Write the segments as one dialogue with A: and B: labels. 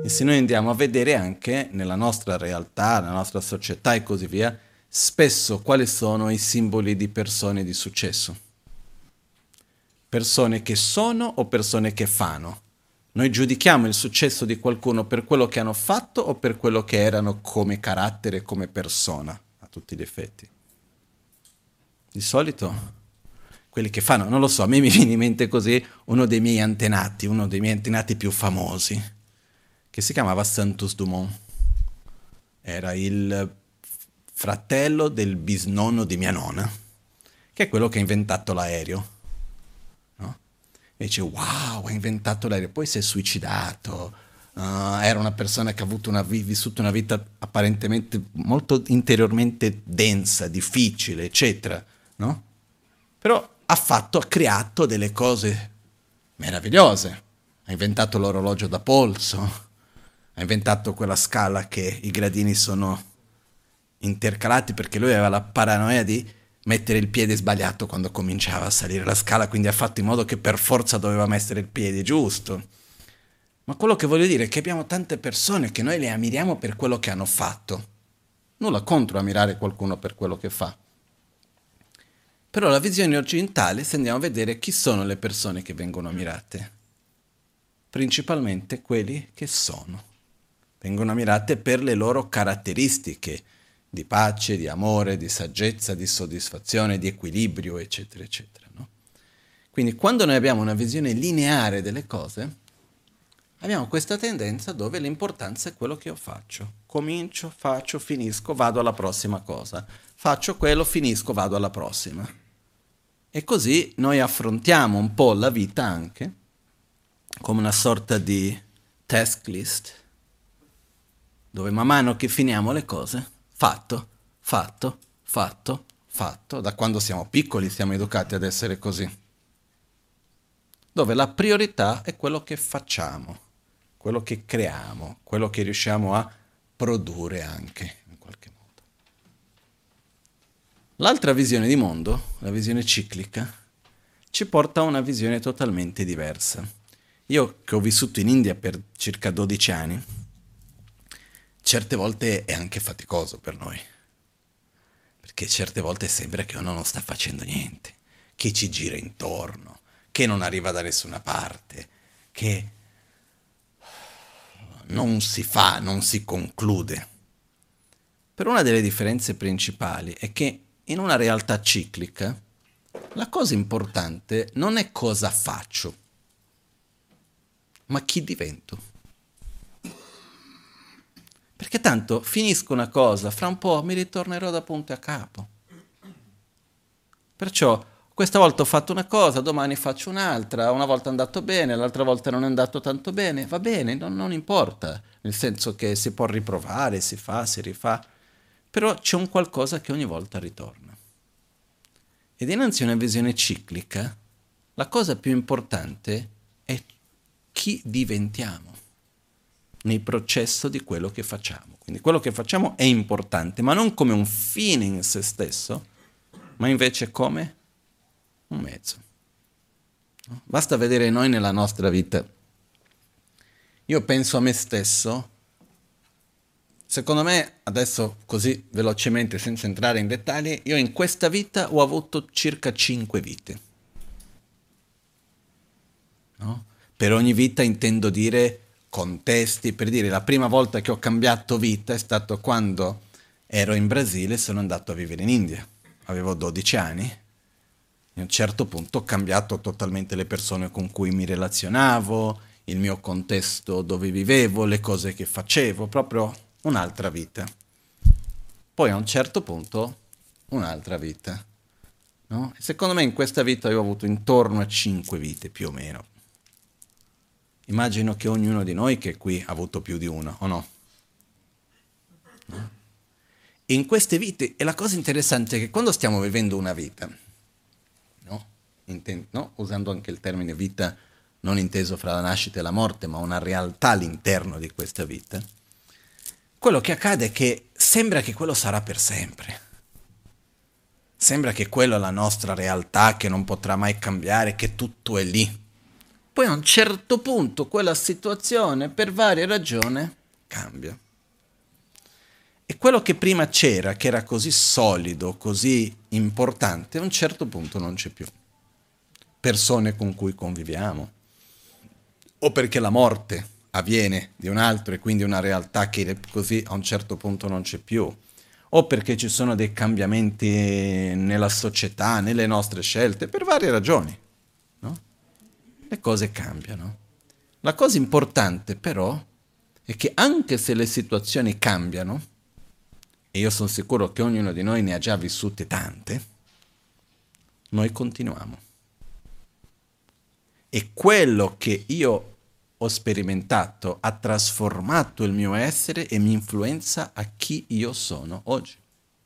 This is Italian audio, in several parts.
A: E se noi andiamo a vedere anche nella nostra realtà, nella nostra società e così via, spesso quali sono i simboli di persone di successo? Persone che sono o persone che fanno? Noi giudichiamo il successo di qualcuno per quello che hanno fatto o per quello che erano come carattere, come persona, a tutti gli effetti. Di solito quelli che fanno, non lo so, a me mi viene in mente così uno dei miei antenati più famosi, che si chiamava Santos Dumont. Era il fratello del bisnonno di mia nonna, che è quello che ha inventato l'aereo. No? E dice, wow, ha inventato l'aereo, poi si è suicidato. Era una persona che ha avuto vissuto una vita apparentemente molto interiormente densa, difficile, eccetera, no? Però ha creato delle cose meravigliose. Ha inventato l'orologio da polso, ha inventato quella scala che i gradini sono intercalati perché lui aveva la paranoia di mettere il piede sbagliato quando cominciava a salire la scala, quindi ha fatto in modo che per forza doveva mettere il piede giusto. Ma quello che voglio dire è che abbiamo tante persone che noi le ammiriamo per quello che hanno fatto. Nulla contro ammirare qualcuno per quello che fa. Però la visione occidentale, se andiamo a vedere chi sono le persone che vengono ammirate, principalmente quelli che sono. Vengono ammirate per le loro caratteristiche di pace, di amore, di saggezza, di soddisfazione, di equilibrio, eccetera, eccetera. No? Quindi quando noi abbiamo una visione lineare delle cose, abbiamo questa tendenza dove l'importanza è quello che io faccio. Comincio, faccio, finisco, vado alla prossima cosa. Faccio quello, finisco, vado alla prossima. E così noi affrontiamo un po' la vita anche come una sorta di task list, dove man mano che finiamo le cose, fatto, fatto, fatto, fatto, da quando siamo piccoli siamo educati ad essere così, dove la priorità è quello che facciamo, quello che creiamo, quello che riusciamo a produrre anche in qualche modo. L'altra visione di mondo, la visione ciclica, ci porta a una visione totalmente diversa. Io che ho vissuto in India per circa 12 anni, certe volte è anche faticoso per noi, perché certe volte sembra che uno non sta facendo niente, che ci gira intorno, che non arriva da nessuna parte, che non si fa, non si conclude. Però una delle differenze principali è che in una realtà ciclica la cosa importante non è cosa faccio, ma chi divento. Perché tanto finisco una cosa, fra un po' mi ritornerò da punto a capo. Perciò questa volta ho fatto una cosa, domani faccio un'altra, una volta è andato bene, l'altra volta non è andato tanto bene, va bene, non importa, nel senso che si può riprovare, si fa, si rifà, però c'è un qualcosa che ogni volta ritorna. E dinanzi a una visione ciclica, la cosa più importante è chi diventiamo nel processo di quello che facciamo. Quindi quello che facciamo è importante, ma non come un fine in se stesso, ma invece come un mezzo. No? Basta vedere noi nella nostra vita. Io penso a me stesso, secondo me, adesso così velocemente, senza entrare in dettagli, io in questa vita ho avuto circa 5 vite. No? Per ogni vita intendo dire contesti, per dire la prima volta che ho cambiato vita è stato quando ero in Brasile e sono andato a vivere in India. Avevo 12 anni e a un certo punto ho cambiato totalmente le persone con cui mi relazionavo, il mio contesto dove vivevo, le cose che facevo, proprio un'altra vita. Poi a un certo punto un'altra vita. No? E secondo me in questa vita io ho avuto intorno a 5 vite più o meno. Immagino che ognuno di noi che è qui ha avuto più di una, o no? No? E in queste vite, e la cosa interessante è che quando stiamo vivendo una vita, no? No? Usando anche il termine vita non inteso fra la nascita e la morte, ma una realtà all'interno di questa vita, quello che accade è che sembra che quello sarà per sempre. Sembra che quello è la nostra realtà, che non potrà mai cambiare, che tutto è lì. Poi a un certo punto quella situazione, per varie ragioni, cambia. E quello che prima c'era, che era così solido, così importante, a un certo punto non c'è più. Persone con cui conviviamo, o perché la morte avviene di un altro e quindi una realtà che così a un certo punto non c'è più, o perché ci sono dei cambiamenti nella società, nelle nostre scelte, per varie ragioni, no? Le cose cambiano. La cosa importante però è che anche se le situazioni cambiano, e io sono sicuro che ognuno di noi ne ha già vissute tante, noi continuiamo. E quello che io ho sperimentato ha trasformato il mio essere e mi influenza a chi io sono oggi.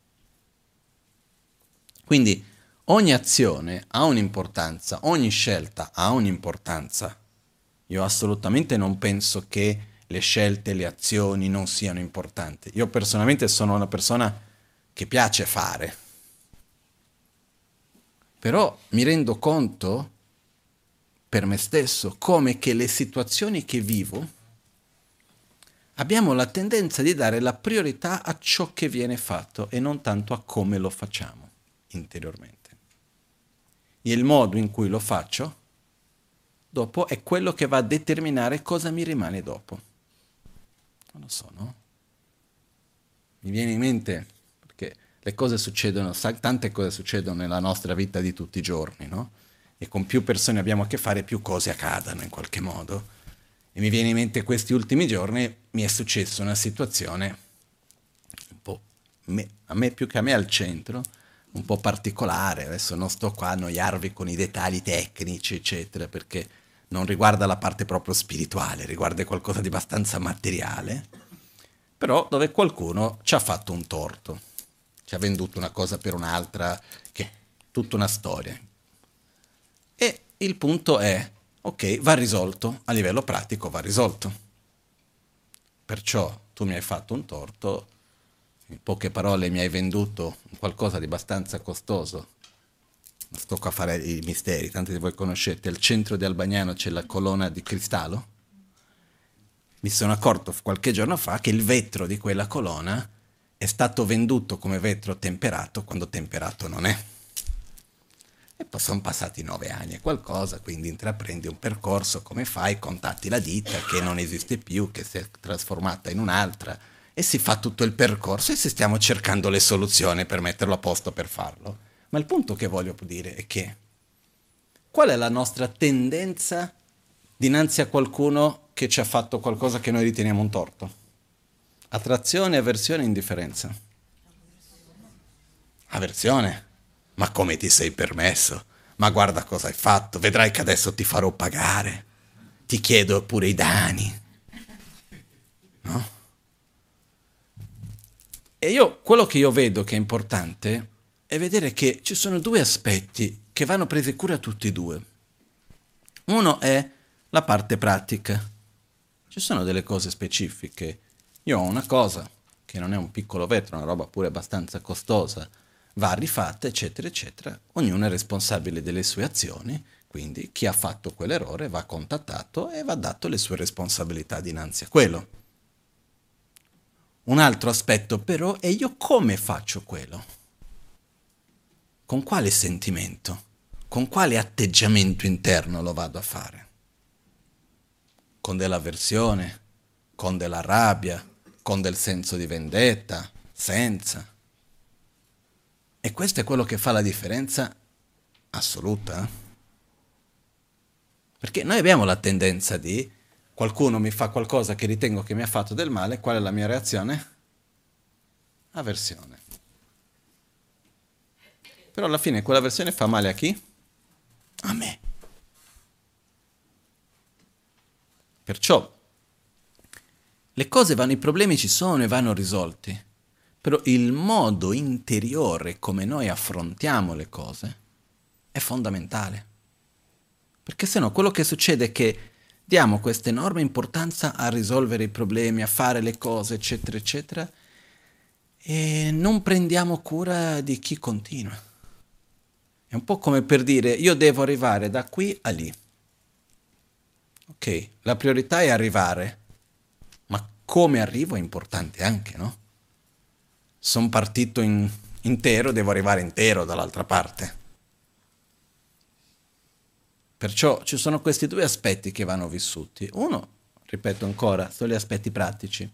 A: Quindi ogni azione ha un'importanza, ogni scelta ha un'importanza. Io assolutamente non penso che le scelte, le azioni non siano importanti. Io personalmente sono una persona che piace fare, però mi rendo conto per me stesso come che le situazioni che vivo abbiamo la tendenza di dare la priorità a ciò che viene fatto e non tanto a come lo facciamo interiormente. E il modo in cui lo faccio dopo è quello che va a determinare cosa mi rimane dopo. Non lo so, no? Mi viene in mente, perché le cose succedono, tante cose succedono nella nostra vita di tutti i giorni, no? E con più persone abbiamo a che fare, più cose accadono in qualche modo. E mi viene in mente questi ultimi giorni mi è successa una situazione un po' a me più che a me al centro, un po' particolare. Adesso non sto qua a annoiarvi con i dettagli tecnici, eccetera, perché non riguarda la parte proprio spirituale, riguarda qualcosa di abbastanza materiale, però dove qualcuno ci ha fatto un torto, ci ha venduto una cosa per un'altra, che è tutta una storia. E il punto è, ok, va risolto, a livello pratico va risolto. Perciò tu mi hai fatto un torto, in poche parole mi hai venduto qualcosa di abbastanza costoso. Non sto qua a fare i misteri, tanti di voi conoscete, al centro di Albagnano c'è la colonna di cristallo. Mi sono accorto qualche giorno fa che il vetro di quella colonna è stato venduto come vetro temperato quando temperato non è. E poi sono passati 9 anni e qualcosa, quindi intraprendi un percorso, come fai? Contatti la ditta che non esiste più, che si è trasformata in un'altra, e si fa tutto il percorso e si stiamo cercando le soluzioni per metterlo a posto per farlo. Ma il punto che voglio dire è che qual è la nostra tendenza dinanzi a qualcuno che ci ha fatto qualcosa che noi riteniamo un torto? Attrazione, avversione, indifferenza. Avversione. Ma come ti sei permesso? Ma guarda cosa hai fatto, vedrai che adesso ti farò pagare. Ti chiedo pure i danni. No? E quello che io vedo che è importante è vedere che ci sono due aspetti che vanno presi cura tutti e due. Uno è la parte pratica. Ci sono delle cose specifiche. Io ho una cosa che non è un piccolo vetro, una roba pure abbastanza costosa, va rifatta, eccetera, eccetera. Ognuno è responsabile delle sue azioni, quindi chi ha fatto quell'errore va contattato e va dato le sue responsabilità dinanzi a quello. Un altro aspetto però è io come faccio quello? Con quale sentimento? Con quale atteggiamento interno lo vado a fare? Con dell'avversione? Con della rabbia? Con del senso di vendetta? Senza? E questo è quello che fa la differenza assoluta. Perché noi abbiamo la tendenza di qualcuno mi fa qualcosa che ritengo che mi ha fatto del male, qual è la mia reazione? Avversione. Però alla fine quella versione fa male a chi? A me. Perciò le cose vanno, i problemi ci sono e vanno risolti. Però il modo interiore come noi affrontiamo le cose è fondamentale. Perché se no quello che succede è che diamo questa enorme importanza a risolvere i problemi, a fare le cose, eccetera, eccetera, e non prendiamo cura di chi continua. È un po' come per dire io devo arrivare da qui a lì. Ok, la priorità è arrivare, ma come arrivo è importante anche, no? Sono partito intero, devo arrivare intero dall'altra parte. Perciò ci sono questi due aspetti che vanno vissuti. Uno, ripeto ancora, sono gli aspetti pratici.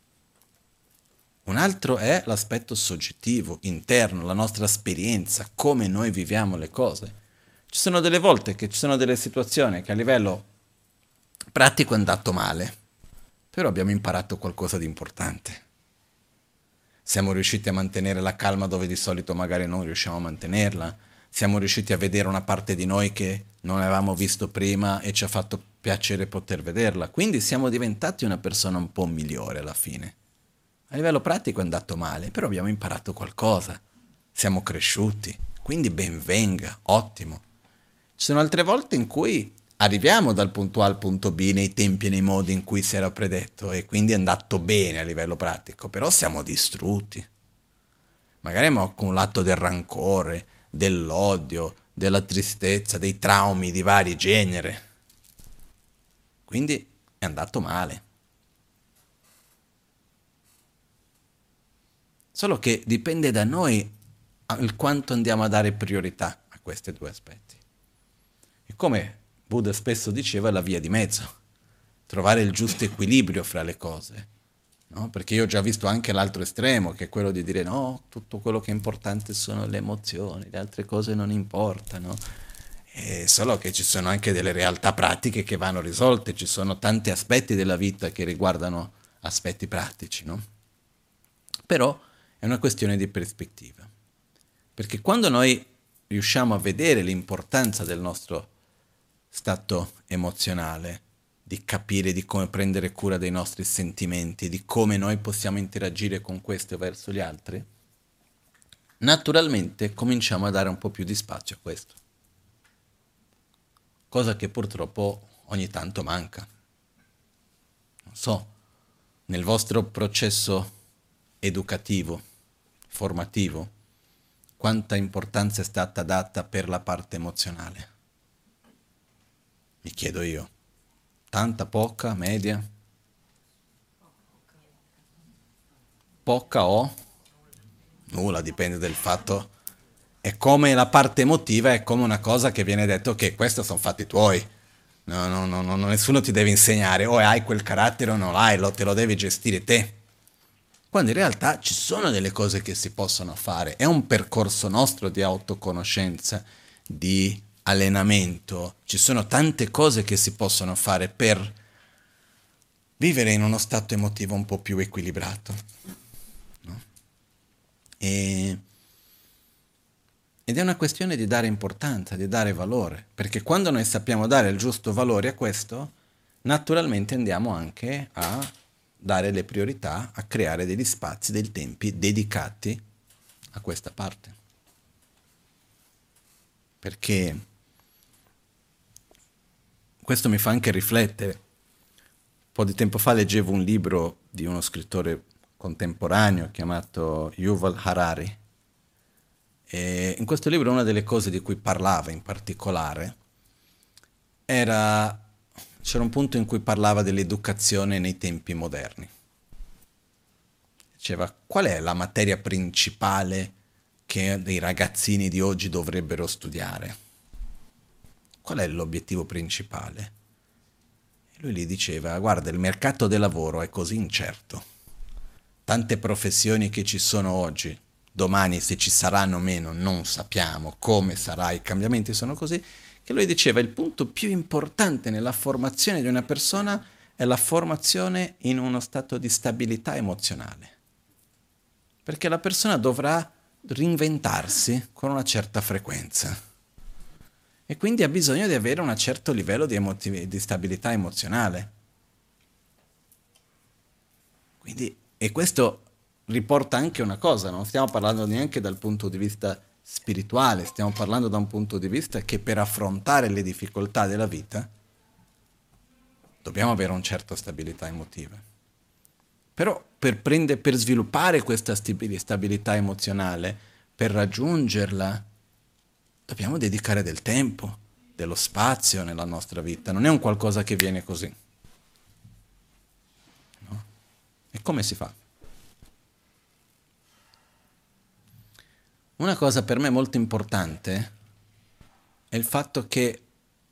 A: Un altro è l'aspetto soggettivo, interno, la nostra esperienza, come noi viviamo le cose. Ci sono delle volte che ci sono delle situazioni che a livello pratico è andato male, però abbiamo imparato qualcosa di importante. Siamo riusciti a mantenere la calma dove di solito magari non riusciamo a mantenerla. Siamo riusciti a vedere una parte di noi che non avevamo visto prima e ci ha fatto piacere poter vederla. Quindi siamo diventati una persona un po' migliore alla fine. A livello pratico è andato male, però abbiamo imparato qualcosa. Siamo cresciuti, quindi ben venga, ottimo. Ci sono altre volte in cui arriviamo dal punto A al punto B nei tempi e nei modi in cui si era predetto e quindi è andato bene a livello pratico, però siamo distrutti. Magari abbiamo accumulato del rancore, dell'odio, della tristezza, dei traumi di vari generi. Quindi è andato male. Solo che dipende da noi il quanto andiamo a dare priorità a questi due aspetti. E come Buddha spesso diceva, è la via di mezzo, trovare il giusto equilibrio fra le cose. No? Perché io ho già visto anche l'altro estremo, che è quello di dire no, tutto quello che è importante sono le emozioni, le altre cose non importano. Solo che ci sono anche delle realtà pratiche che vanno risolte, ci sono tanti aspetti della vita che riguardano aspetti pratici, no? Però è una questione di prospettiva. Perché quando noi riusciamo a vedere l'importanza del nostro stato emozionale, di capire di come prendere cura dei nostri sentimenti, di come noi possiamo interagire con questo verso gli altri, naturalmente cominciamo a dare un po' più di spazio a questo. Cosa che purtroppo ogni tanto manca. Non so, nel vostro processo educativo, formativo, quanta importanza è stata data per la parte emozionale? Mi chiedo io. Tanta, poca, media? Poca o? Nulla, dipende dal fatto. È come la parte emotiva, è come una cosa che viene detto che questi sono fatti tuoi. No, no, no, no, nessuno ti deve insegnare o hai quel carattere o non l'hai, te lo devi gestire te. Quando in realtà ci sono delle cose che si possono fare, è un percorso nostro di autoconoscenza, di allenamento, ci sono tante cose che si possono fare per vivere in uno stato emotivo un po' più equilibrato. No? Ed è una questione di dare importanza, di dare valore, perché quando noi sappiamo dare il giusto valore a questo, naturalmente andiamo anche a dare le priorità, a creare degli spazi, dei tempi dedicati a questa parte. Perché questo mi fa anche riflettere. Un po' di tempo fa leggevo un libro di uno scrittore contemporaneo chiamato Yuval Harari. E in questo libro una delle cose di cui parlava in particolare c'era un punto in cui parlava dell'educazione nei tempi moderni. Diceva, qual è la materia principale che dei ragazzini di oggi dovrebbero studiare? Qual è l'obiettivo principale? E lui gli diceva, guarda, il mercato del lavoro è così incerto. Tante professioni che ci sono oggi, domani se ci saranno o meno non sappiamo, come sarà, i cambiamenti sono così, che lui diceva il punto più importante nella formazione di una persona è la formazione in uno stato di stabilità emozionale. Perché la persona dovrà reinventarsi con una certa frequenza. E quindi ha bisogno di avere un certo livello di stabilità emozionale. Quindi, e questo riporta anche una cosa, non stiamo parlando neanche dal punto di vista spirituale, stiamo parlando da un punto di vista che per affrontare le difficoltà della vita dobbiamo avere una certa stabilità emotiva. Però per sviluppare questa stabilità emozionale, per raggiungerla, dobbiamo dedicare del tempo, dello spazio nella nostra vita, non è un qualcosa che viene così. No? E come si fa? Una cosa per me molto importante è il fatto che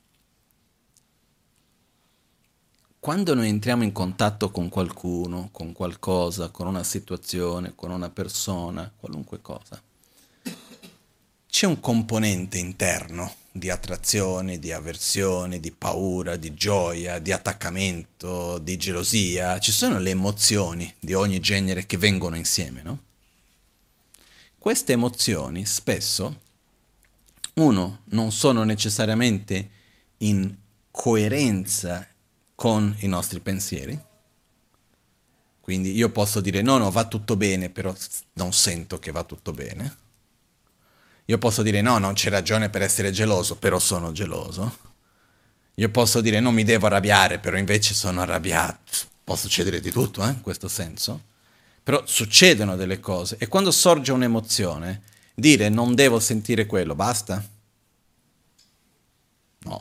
A: quando noi entriamo in contatto con qualcuno, con qualcosa, con una situazione, con una persona, qualunque cosa, c'è un componente interno di attrazione, di avversione, di paura, di gioia, di attaccamento, di gelosia. Ci sono le emozioni di ogni genere che vengono insieme, no? Queste emozioni spesso, uno, non sono necessariamente in coerenza con i nostri pensieri. Quindi io posso dire no, no, va tutto bene, però non sento che va tutto bene. Io posso dire no, non c'è ragione per essere geloso, però sono geloso. Io posso dire non mi devo arrabbiare, però invece sono arrabbiato. Può succedere di tutto, in questo senso. Però succedono delle cose. E quando sorge un'emozione, dire non devo sentire quello, basta? No.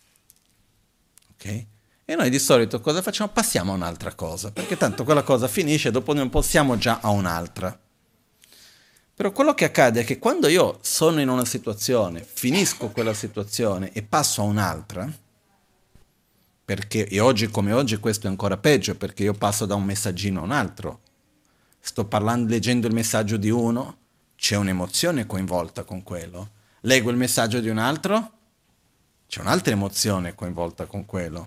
A: Ok? E noi di solito cosa facciamo? Passiamo a un'altra cosa, perché tanto quella cosa finisce, dopo non passiamo già a un'altra. Però quello che accade è che quando io sono in una situazione, finisco quella situazione e passo a un'altra, perché e oggi come oggi questo è ancora peggio, perché io passo da un messaggino a un altro, sto parlando, leggendo il messaggio di uno, c'è un'emozione coinvolta con quello, leggo il messaggio di un altro, c'è un'altra emozione coinvolta con quello,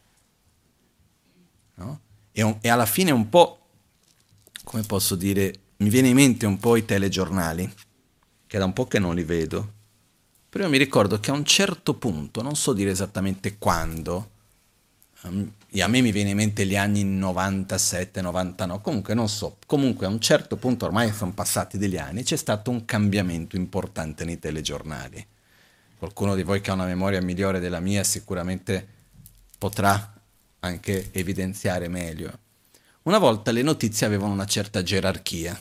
A: no? E alla fine un po', come posso dire, mi viene in mente un po' i telegiornali, che da un po' che non li vedo, però io mi ricordo che a un certo punto, non so dire esattamente quando, e a me mi viene in mente gli anni 97, 99, comunque non so, comunque a un certo punto, ormai sono passati degli anni, c'è stato un cambiamento importante nei telegiornali. Qualcuno di voi che ha una memoria migliore della mia sicuramente potrà anche evidenziare meglio. Una volta le notizie avevano una certa gerarchia. A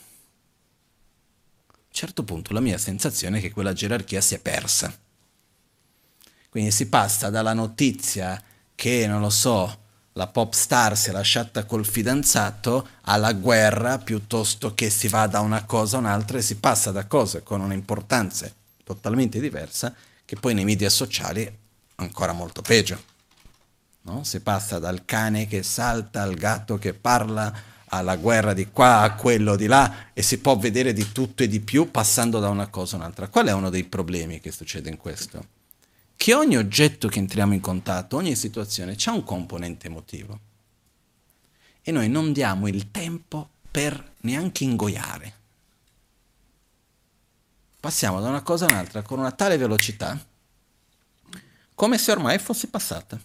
A: un certo punto la mia sensazione è che quella gerarchia si è persa. Quindi si passa dalla notizia che, non lo so, la pop star si è lasciata col fidanzato alla guerra, piuttosto che si va da una cosa a un'altra, e si passa da cose con un'importanza totalmente diversa, che poi nei media sociali ancora molto peggio. No? Si passa dal cane che salta al gatto che parla, alla guerra di qua, a quello di là, e si può vedere di tutto e di più passando da una cosa a un'altra. Qual è uno dei problemi che succede in questo? Che ogni oggetto che entriamo in contatto, ogni situazione, c'ha un componente emotivo. E noi non diamo il tempo per neanche ingoiare. Passiamo da una cosa a un'altra con una tale velocità, come se ormai fosse passata.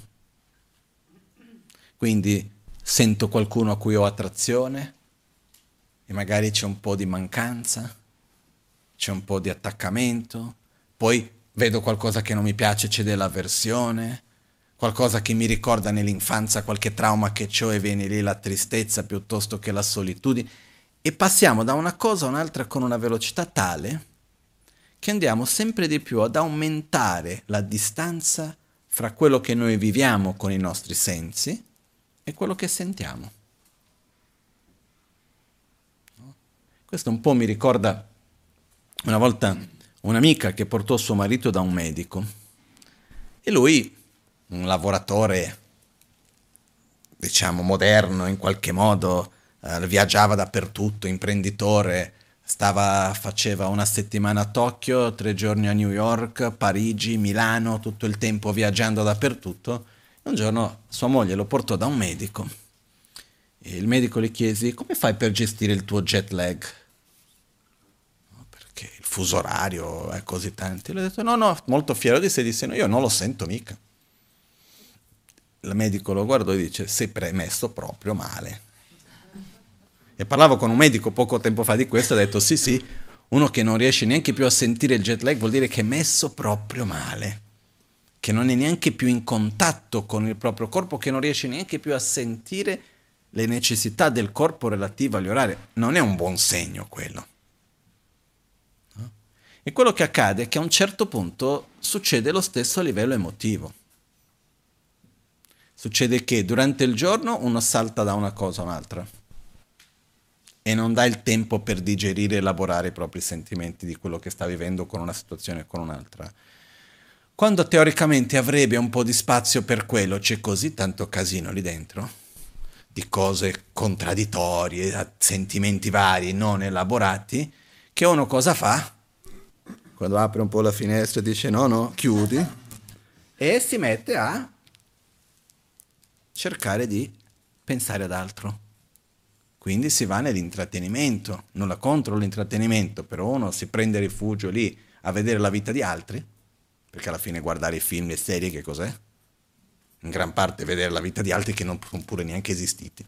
A: Quindi sento qualcuno a cui ho attrazione e magari c'è un po' di mancanza, c'è un po' di attaccamento, poi vedo qualcosa che non mi piace, c'è dell'avversione, qualcosa che mi ricorda nell'infanzia qualche trauma che ho e viene lì la tristezza piuttosto che la solitudine, e passiamo da una cosa a un'altra con una velocità tale che andiamo sempre di più ad aumentare la distanza fra quello che noi viviamo con i nostri sensi e quello che sentiamo. Questo un po' mi ricorda una volta un'amica che portò suo marito da un medico e lui, un lavoratore, diciamo, moderno in qualche modo, viaggiava dappertutto, imprenditore, faceva una settimana a Tokyo, 3 giorni a New York, Parigi, Milano, tutto il tempo viaggiando dappertutto. Un giorno sua moglie lo portò da un medico e il medico le chiese: come fai per gestire il tuo jet lag? No, perché il fuso orario è così tanto. E lui ha detto no, no, molto fiero di sé, disse no, io non lo sento mica. Il medico lo guardò e dice: sei messo proprio male. E parlavo con un medico poco tempo fa di questo, ha detto sì sì, uno che non riesce neanche più a sentire il jet lag vuol dire che è messo proprio male, che non è neanche più in contatto con il proprio corpo, che non riesce neanche più a sentire le necessità del corpo relative agli orari. Non è un buon segno quello. No? E quello che accade è che a un certo punto succede lo stesso a livello emotivo. Succede che durante il giorno uno salta da una cosa a un'altra e non dà il tempo per digerire e elaborare i propri sentimenti di quello che sta vivendo con una situazione o con un'altra. Quando teoricamente avrebbe un po' di spazio per quello, c'è così tanto casino lì dentro, di cose contraddittorie, sentimenti vari non elaborati, che uno cosa fa? Quando apre un po' la finestra e dice no, no, chiudi, e si mette a cercare di pensare ad altro. Quindi si va nell'intrattenimento, nulla contro l'intrattenimento, però uno si prende rifugio lì a vedere la vita di altri, perché alla fine guardare i film, le serie, che cos'è? In gran parte vedere la vita di altri che non sono pure neanche esistiti.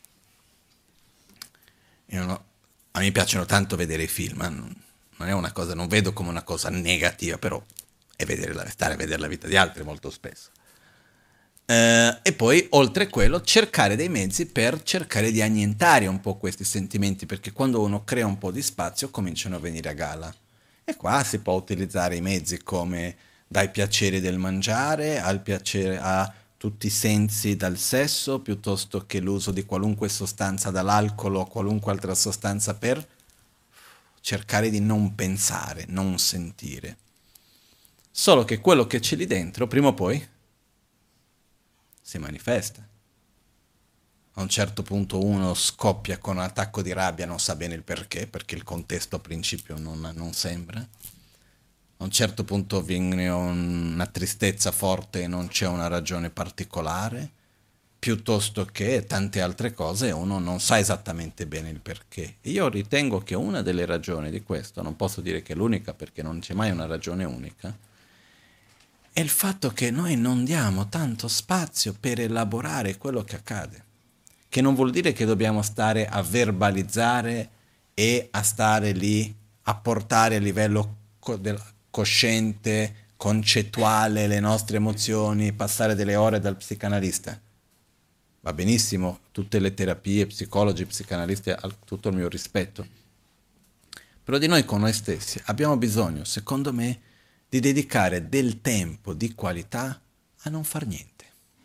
A: A me piacciono tanto vedere i film, non è una cosa, non vedo come una cosa negativa, però è stare a vedere la vita di altri molto spesso. E poi, oltre a quello, cercare dei mezzi per cercare di annientare un po' questi sentimenti, perché quando uno crea un po' di spazio cominciano a venire a gala. E qua si può utilizzare i mezzi come dai piaceri del mangiare al piacere a tutti i sensi dal sesso, piuttosto che l'uso di qualunque sostanza dall'alcol o qualunque altra sostanza per cercare di non pensare, non sentire. Solo che quello che c'è lì dentro, prima o poi, si manifesta. A un certo punto uno scoppia con un attacco di rabbia, non sa bene il perché il contesto a principio non sembra. A un certo punto viene una tristezza forte e non c'è una ragione particolare, piuttosto che tante altre cose uno non sa esattamente bene il perché. E io ritengo che una delle ragioni di questo, non posso dire che è l'unica perché non c'è mai una ragione unica, è il fatto che noi non diamo tanto spazio per elaborare quello che accade, che non vuol dire che dobbiamo stare a verbalizzare e a stare lì a portare a livello cosciente, concettuale le nostre emozioni, passare delle ore dal psicanalista. Va benissimo, tutte le terapie, psicologi, psicanalisti, tutto il mio rispetto. Però di noi con noi stessi abbiamo bisogno, secondo me, di dedicare del tempo di qualità a non far niente.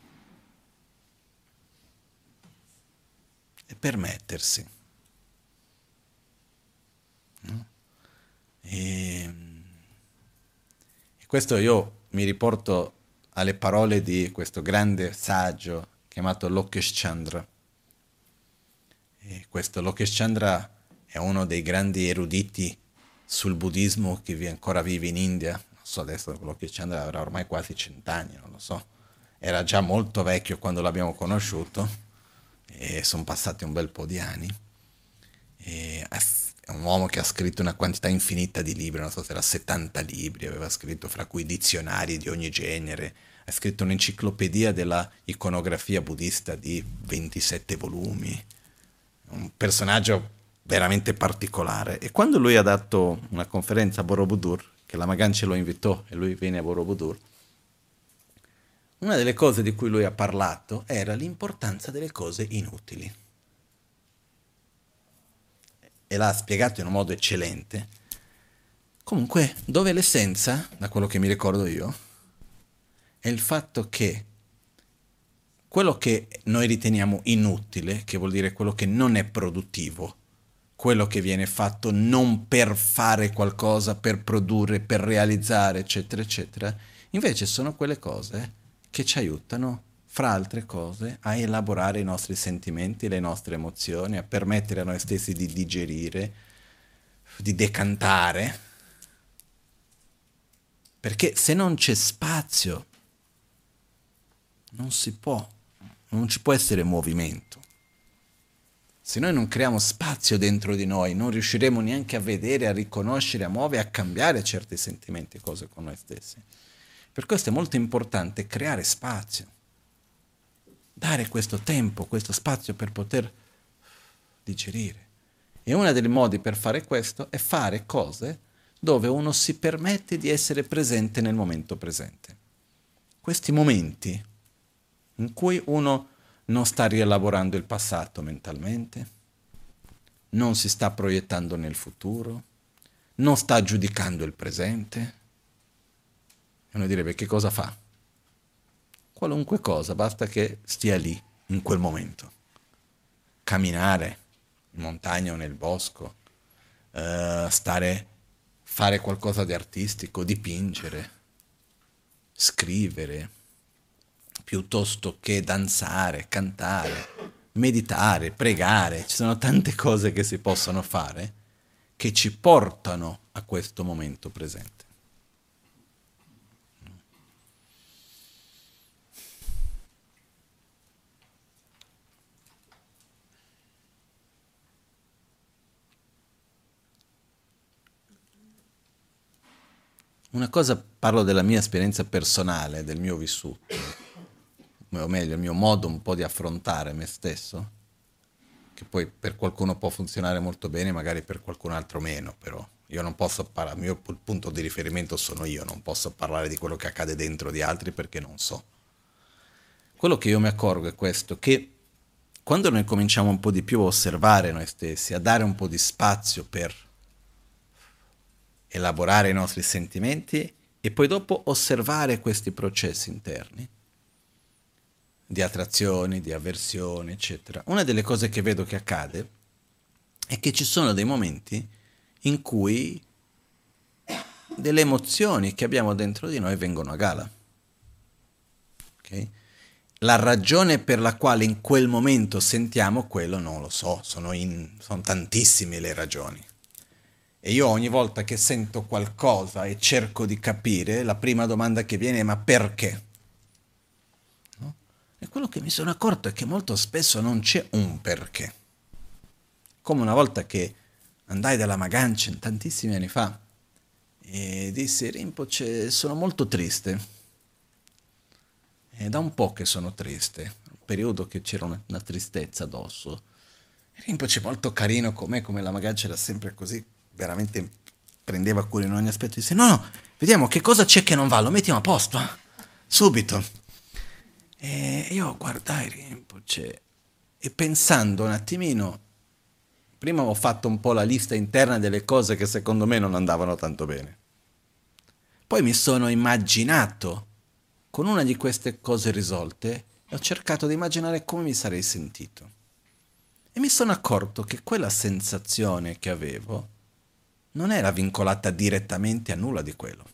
A: E permettersi. No? E questo io mi riporto alle parole di questo grande saggio chiamato Lokesh Chandra. E questo Lokesh Chandra è uno dei grandi eruditi sul buddismo che ancora vive in India. Non so adesso, Lokesh Chandra avrà ormai quasi 100 anni, non lo so. Era già molto vecchio quando l'abbiamo conosciuto e sono passati un bel po' di anni. È un uomo che ha scritto una quantità infinita di libri, non so se era 70 libri, aveva scritto fra cui dizionari di ogni genere, ha scritto un'enciclopedia della iconografia buddista di 27 volumi, un personaggio veramente particolare. E quando lui ha dato una conferenza a Borobudur, che la Maganci lo invitò e lui venne a Borobudur, una delle cose di cui lui ha parlato era l'importanza delle cose inutili. E l'ha spiegato in un modo eccellente. Comunque, dove l'essenza, da quello che mi ricordo io, è il fatto che quello che noi riteniamo inutile, che vuol dire quello che non è produttivo, quello che viene fatto non per fare qualcosa, per produrre, per realizzare, eccetera, eccetera, invece sono quelle cose che ci aiutano, fra altre cose, a elaborare i nostri sentimenti, le nostre emozioni, a permettere a noi stessi di digerire, di decantare, perché se non c'è spazio, non si può, non ci può essere movimento. Se noi non creiamo spazio dentro di noi, non riusciremo neanche a vedere, a riconoscere, a muovere, a cambiare certi sentimenti e cose con noi stessi. Per questo è molto importante creare spazio, dare questo tempo, questo spazio per poter digerire. E uno dei modi per fare questo è fare cose dove uno si permette di essere presente nel momento presente. Questi momenti in cui uno non sta rielaborando il passato mentalmente, non si sta proiettando nel futuro, non sta giudicando il presente. E uno direbbe che cosa fa? Qualunque cosa, basta che stia lì, in quel momento. Camminare in montagna o nel bosco, fare qualcosa di artistico, dipingere, scrivere, piuttosto che danzare, cantare, meditare, pregare. Ci sono tante cose che si possono fare che ci portano a questo momento presente. Una cosa, parlo della mia esperienza personale, del mio vissuto, o meglio, il mio modo un po' di affrontare me stesso, che poi per qualcuno può funzionare molto bene, magari per qualcun altro meno, però io non posso parlare, il mio punto di riferimento sono io, non posso parlare di quello che accade dentro di altri perché non so. Quello che io mi accorgo è questo, che quando noi cominciamo un po' di più a osservare noi stessi, a dare un po' di spazio per elaborare i nostri sentimenti e poi dopo osservare questi processi interni di attrazione, di avversione, eccetera. Una delle cose che vedo che accade è che ci sono dei momenti in cui delle emozioni che abbiamo dentro di noi vengono a gala. Okay? La ragione per la quale in quel momento sentiamo quello non lo so, sono tantissime le ragioni. E io ogni volta che sento qualcosa e cerco di capire, la prima domanda che viene è ma perché? No? E quello che mi sono accorto è che molto spesso non c'è un perché. Come una volta che andai dalla Maganchen tantissimi anni fa e dissi Rinpoche sono molto triste. È da un po' che sono triste, un periodo che c'era una tristezza addosso. E Rinpoche molto carino con me, come la Maganchen era sempre così, veramente prendeva cura in ogni aspetto, disse no, vediamo che cosa c'è che non va, lo mettiamo a posto, subito. E io guardai Rinpoche e pensando un attimino, prima ho fatto un po' la lista interna delle cose che secondo me non andavano tanto bene. Poi mi sono immaginato con una di queste cose risolte e ho cercato di immaginare come mi sarei sentito. E mi sono accorto che quella sensazione che avevo non era vincolata direttamente a nulla di quello.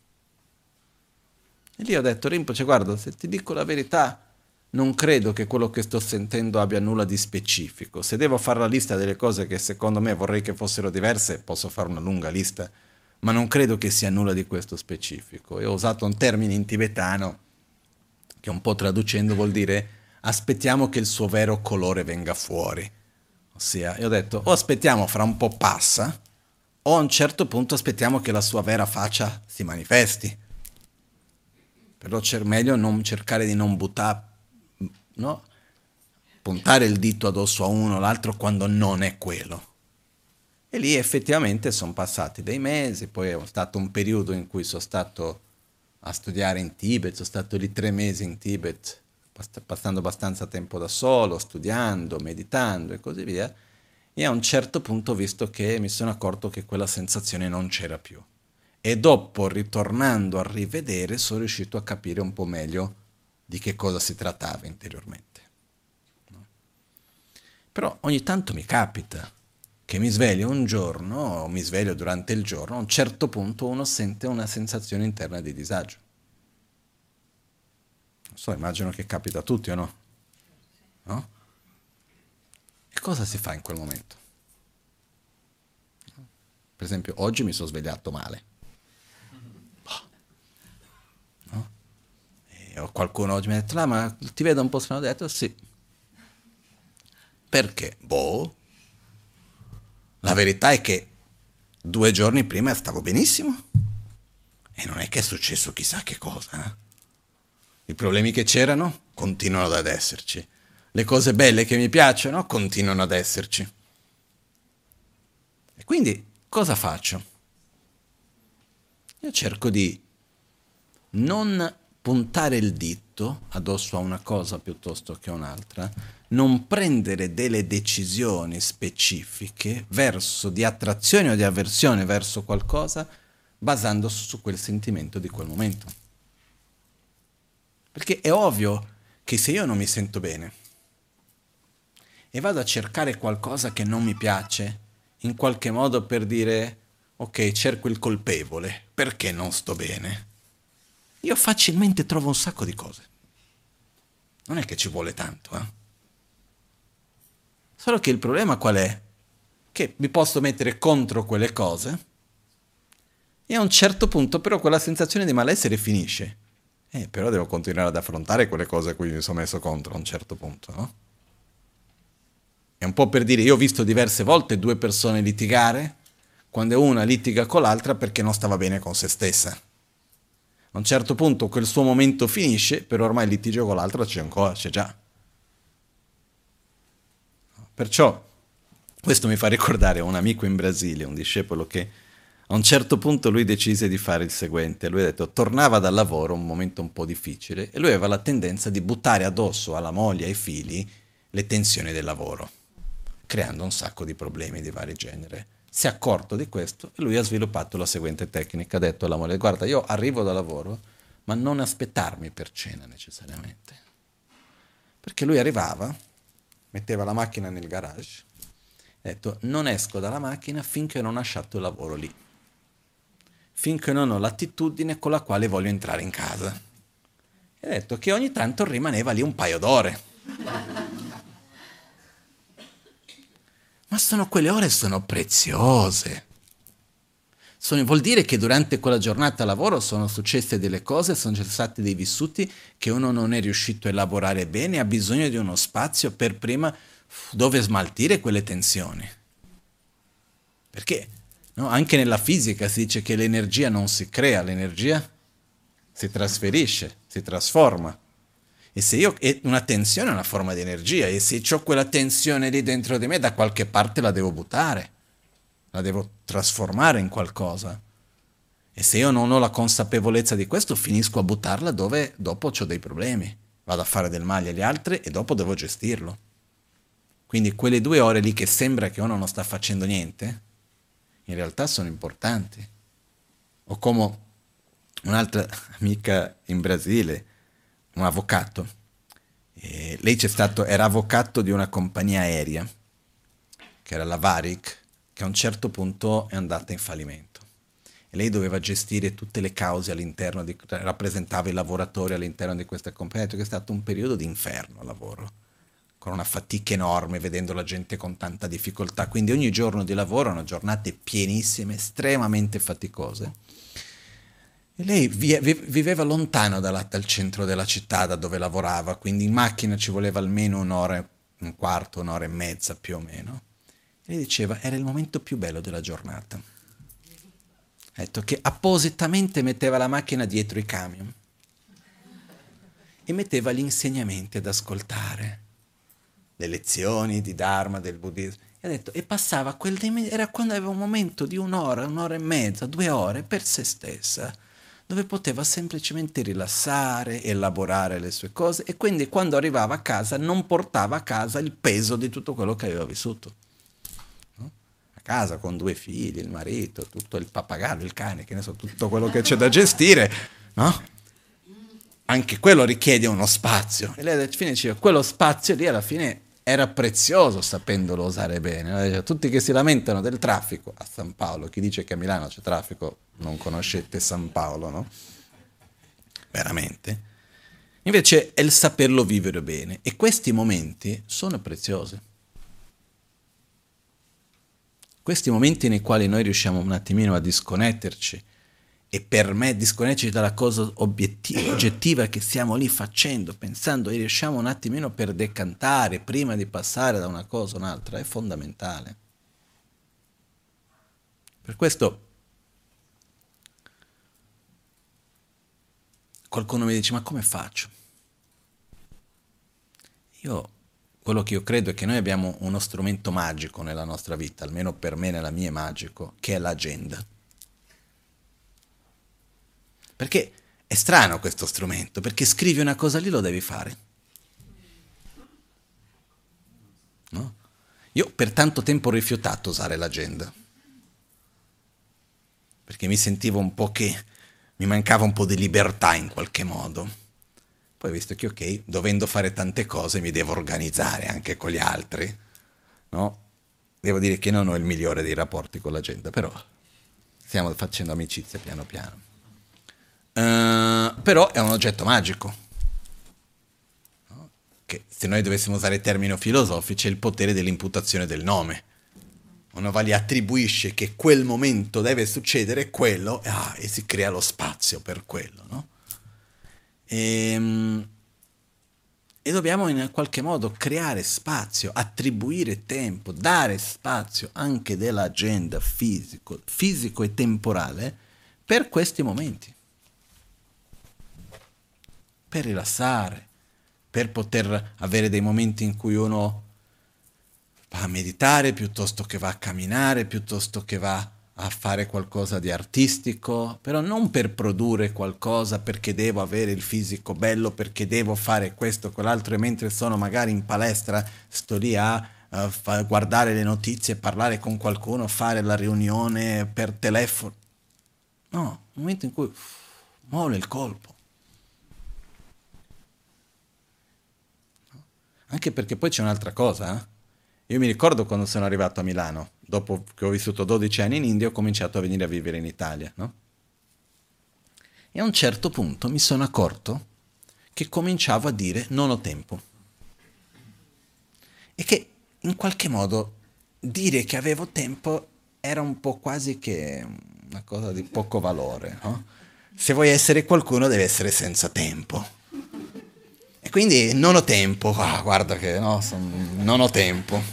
A: E lì ho detto, Rinpoche, guarda, se ti dico la verità, non credo che quello che sto sentendo abbia nulla di specifico. Se devo fare la lista delle cose che secondo me vorrei che fossero diverse, posso fare una lunga lista, ma non credo che sia nulla di questo specifico. E ho usato un termine in tibetano che un po' traducendo vuol dire aspettiamo che il suo vero colore venga fuori. Ossia, io ho detto, o aspettiamo fra un po' passa, o a un certo punto aspettiamo che la sua vera faccia si manifesti. Però c'è meglio non cercare di non buttare, no? Puntare il dito addosso a uno o l'altro quando non è quello. E lì effettivamente sono passati dei mesi, poi è stato un periodo in cui sono stato a studiare in Tibet, sono stato lì 3 mesi in Tibet, passando abbastanza tempo da solo, studiando, meditando e così via, e a un certo punto ho visto che mi sono accorto che quella sensazione non c'era più. E dopo, ritornando a rivedere, sono riuscito a capire un po' meglio di che cosa si trattava interiormente. No? Però ogni tanto mi capita che mi sveglio un giorno, o mi sveglio durante il giorno, a un certo punto uno sente una sensazione interna di disagio. Non so, immagino che capita a tutti o no? No? E cosa si fa in quel momento? Per esempio, oggi mi sono svegliato male. No? E qualcuno oggi mi ha detto, ma ti vedo un po' strano, ho detto sì. Perché? Boh. La verità è che 2 giorni prima stavo benissimo. E non è che è successo chissà che cosa. I problemi che c'erano continuano ad esserci. Le cose belle che mi piacciono continuano ad esserci. E quindi cosa faccio? Io cerco di non puntare il dito affetto addosso a una cosa piuttosto che a un'altra, non prendere delle decisioni specifiche verso di attrazione o di avversione verso qualcosa basandosi su quel sentimento di quel momento. Perché è ovvio che se io non mi sento bene e vado a cercare qualcosa che non mi piace, in qualche modo per dire, ok, cerco il colpevole, perché non sto bene? Io facilmente trovo un sacco di cose. Non è che ci vuole tanto, eh? Solo che il problema qual è? Che mi posso mettere contro quelle cose e a un certo punto però quella sensazione di malessere finisce. Però devo continuare ad affrontare quelle cose a cui mi sono messo contro a un certo punto, no? È un po' per dire, io ho visto diverse volte due persone litigare, quando una litiga con l'altra perché non stava bene con se stessa. A un certo punto quel suo momento finisce, però ormai il litigio con l'altra c'è ancora, c'è già. Perciò questo mi fa ricordare un amico in Brasile, un discepolo che a un certo punto lui decise di fare il seguente. Lui ha detto, tornava dal lavoro, un momento un po' difficile, e lui aveva la tendenza di buttare addosso alla moglie e ai figli le tensioni del lavoro, creando un sacco di problemi di vari genere. Si è accorto di questo e lui ha sviluppato la seguente tecnica. Ha detto alla moglie, guarda, io arrivo da lavoro, ma non aspettarmi per cena necessariamente. Perché lui arrivava, metteva la macchina nel garage, ha detto, non esco dalla macchina finché non ho lasciato il lavoro lì, finché non ho l'attitudine con la quale voglio entrare in casa. E ha detto che ogni tanto rimaneva lì un paio d'ore. Ma quelle ore sono preziose. Vuol dire che durante quella giornata lavoro sono successe delle cose, sono stati dei vissuti che uno non è riuscito a elaborare bene, ha bisogno di uno spazio per prima dove smaltire quelle tensioni. Perché? No? Anche nella fisica si dice che l'energia non si crea, l'energia si trasferisce, si trasforma. E se io, e una tensione è una forma di energia, e se ho quella tensione lì dentro di me, da qualche parte la devo buttare, la devo trasformare in qualcosa. E se io non ho la consapevolezza di questo, finisco a buttarla dove dopo ho dei problemi. Vado a fare del male agli altri e dopo devo gestirlo. Quindi quelle 2 ore lì che sembra che uno non sta facendo niente, in realtà sono importanti. O come un'altra amica in Brasile, un avvocato. Lei era avvocato di una compagnia aerea, che era la Varig, che a un certo punto è andata in fallimento. E lei doveva gestire tutte le cause all'interno, rappresentava i lavoratori all'interno di questa compagnia, che è stato un periodo di inferno al lavoro, con una fatica enorme, vedendo la gente con tanta difficoltà. Quindi ogni giorno di lavoro erano giornate pienissime, estremamente faticose. E lei viveva lontano dal centro della città da dove lavorava, quindi in macchina ci voleva almeno un'ora, un quarto, un'ora e mezza più o meno. E lei diceva, era il momento più bello della giornata. Ha detto che appositamente metteva la macchina dietro i camion e metteva gli insegnamenti ad ascoltare, le lezioni di Dharma, del buddismo. E ha detto, e passava era quando aveva un momento di un'ora e mezza, 2 ore per se stessa, dove poteva semplicemente rilassare, elaborare le sue cose, e quindi quando arrivava a casa non portava a casa il peso di tutto quello che aveva vissuto. No? A casa con 2 figli, il marito, tutto il pappagallo, il cane, che ne so, tutto quello che c'è da gestire, no? Anche quello richiede uno spazio. E lei alla fine diceva, quello spazio lì alla fine era prezioso sapendolo usare bene. Tutti che si lamentano del traffico a San Paolo, chi dice che a Milano c'è traffico non conoscete San Paolo, no? Veramente. Invece è il saperlo vivere bene, e questi momenti sono preziosi. Questi momenti nei quali noi riusciamo un attimino a disconnetterci, e per me disconnetterci dalla cosa oggettiva che stiamo lì facendo, pensando, e riusciamo un attimino per decantare prima di passare da una cosa a un'altra, è fondamentale. Per questo qualcuno mi dice, ma come faccio? Quello che io credo è che noi abbiamo uno strumento magico nella nostra vita, almeno per me, nella mia è magico, che è l'agenda. Perché È strano questo strumento, perché scrivi una cosa lì, lo devi fare. No? Io per tanto tempo ho rifiutato usare l'agenda, perché mi sentivo un po' che mi mancava un po' di libertà in qualche modo. Poi ho visto che ok, dovendo fare tante cose mi devo organizzare anche con gli altri, no? Devo dire che non ho il migliore dei rapporti con l'agenda, però stiamo facendo amicizia piano piano. Però è un oggetto magico, che se noi dovessimo usare termini filosofici è il potere dell'imputazione del nome. Uno va lì, attribuisce che quel momento deve succedere quello e si crea lo spazio per quello, no? E, e dobbiamo in qualche modo creare spazio, attribuire tempo, dare spazio anche dell'agenda fisico e temporale per questi momenti, per rilassare, per poter avere dei momenti in cui uno va a meditare piuttosto che va a camminare, piuttosto che va a fare qualcosa di artistico, però non per produrre qualcosa perché devo avere il fisico bello, perché devo fare questo o quell'altro e mentre sono magari in palestra sto lì a guardare le notizie, parlare con qualcuno, fare la riunione per telefono. No, un momento in cui muove il colpo. Anche perché poi c'è un'altra cosa, eh? Io mi ricordo quando sono arrivato a Milano, dopo che ho vissuto 12 anni in India, ho cominciato a venire a vivere in Italia, no? E a un certo punto mi sono accorto che cominciavo a dire non ho tempo. E che in qualche modo dire che avevo tempo era un po' quasi che una cosa di poco valore, no? Se vuoi essere qualcuno deve essere senza tempo. E quindi non ho tempo, guarda che no, non ho tempo.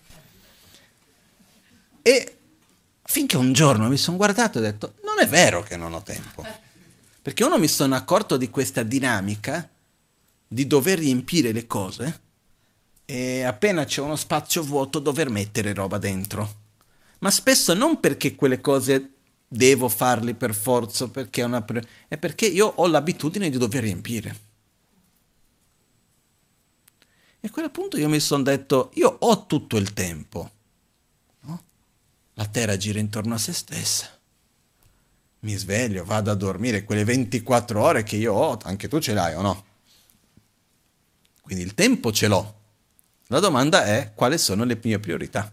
A: E finché un giorno mi sono guardato e ho detto, non è vero che non ho tempo. Perché uno mi sono accorto di questa dinamica di dover riempire le cose e appena c'è uno spazio vuoto dover mettere roba dentro. Ma spesso non perché quelle cose devo farli per forza, perché è perché io ho l'abitudine di dover riempire. E a quel punto io mi sono detto, io ho tutto il tempo. No? La Terra gira intorno a se stessa. Mi sveglio, vado a dormire, quelle 24 ore che io ho, anche tu ce l'hai o no? Quindi il tempo ce l'ho. La domanda è quali sono le mie priorità.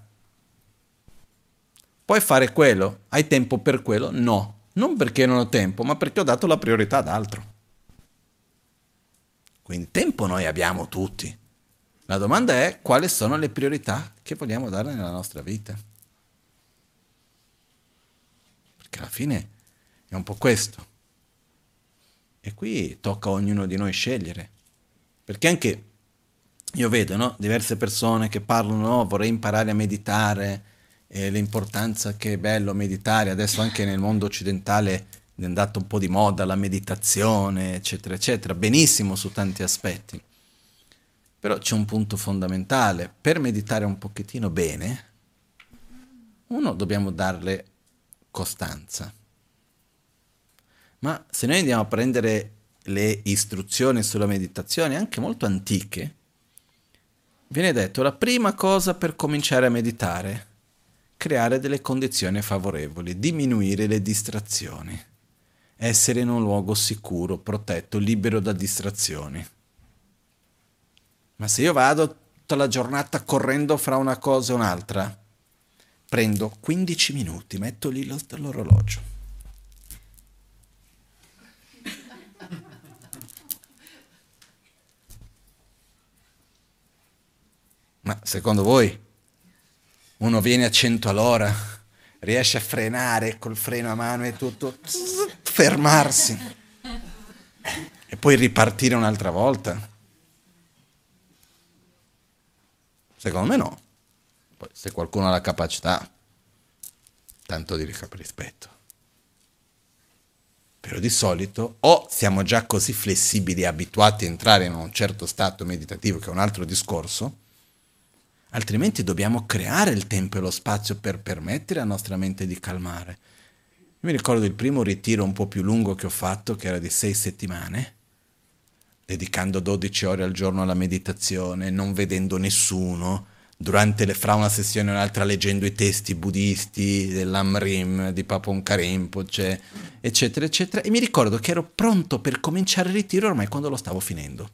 A: Puoi fare quello? Hai tempo per quello? No. Non perché non ho tempo, ma perché ho dato la priorità ad altro. Quindi tempo noi abbiamo tutti. La domanda è quali sono le priorità che vogliamo dare nella nostra vita. Perché alla fine è un po' questo. E qui tocca a ognuno di noi scegliere. Perché anche io vedo, no? Diverse persone che parlano, no? Vorrei imparare a meditare, l'importanza che è bello meditare. Adesso anche nel mondo occidentale è andato un po' di moda la meditazione, eccetera, eccetera. Benissimo su tanti aspetti. Però c'è un punto fondamentale. Per meditare un pochettino bene, uno, dobbiamo darle costanza. Ma se noi andiamo a prendere le istruzioni sulla meditazione, anche molto antiche, viene detto la prima cosa per cominciare a meditare, creare delle condizioni favorevoli, diminuire le distrazioni, essere in un luogo sicuro, protetto, libero da distrazioni. Ma se io vado tutta la giornata correndo fra una cosa e un'altra, prendo 15 minuti, metto lì l'orologio. Ma secondo voi uno viene a 100 all'ora, riesce a frenare col freno a mano e tutto, fermarsi e poi ripartire un'altra volta? Secondo me no. Poi se qualcuno ha la capacità, tanto di rispetto. Però di solito o siamo già così flessibili e abituati a entrare in un certo stato meditativo, che è un altro discorso, altrimenti dobbiamo creare il tempo e lo spazio per permettere alla nostra mente di calmare. mi ricordo il primo ritiro un po' più lungo che ho fatto, che era di 6 settimane, dedicando 12 ore al giorno alla meditazione, non vedendo nessuno, fra una sessione e un'altra leggendo i testi buddisti dell'Amrim, di Paponka Rinpoche, eccetera, eccetera. E mi ricordo che ero pronto per cominciare il ritiro ormai quando lo stavo finendo.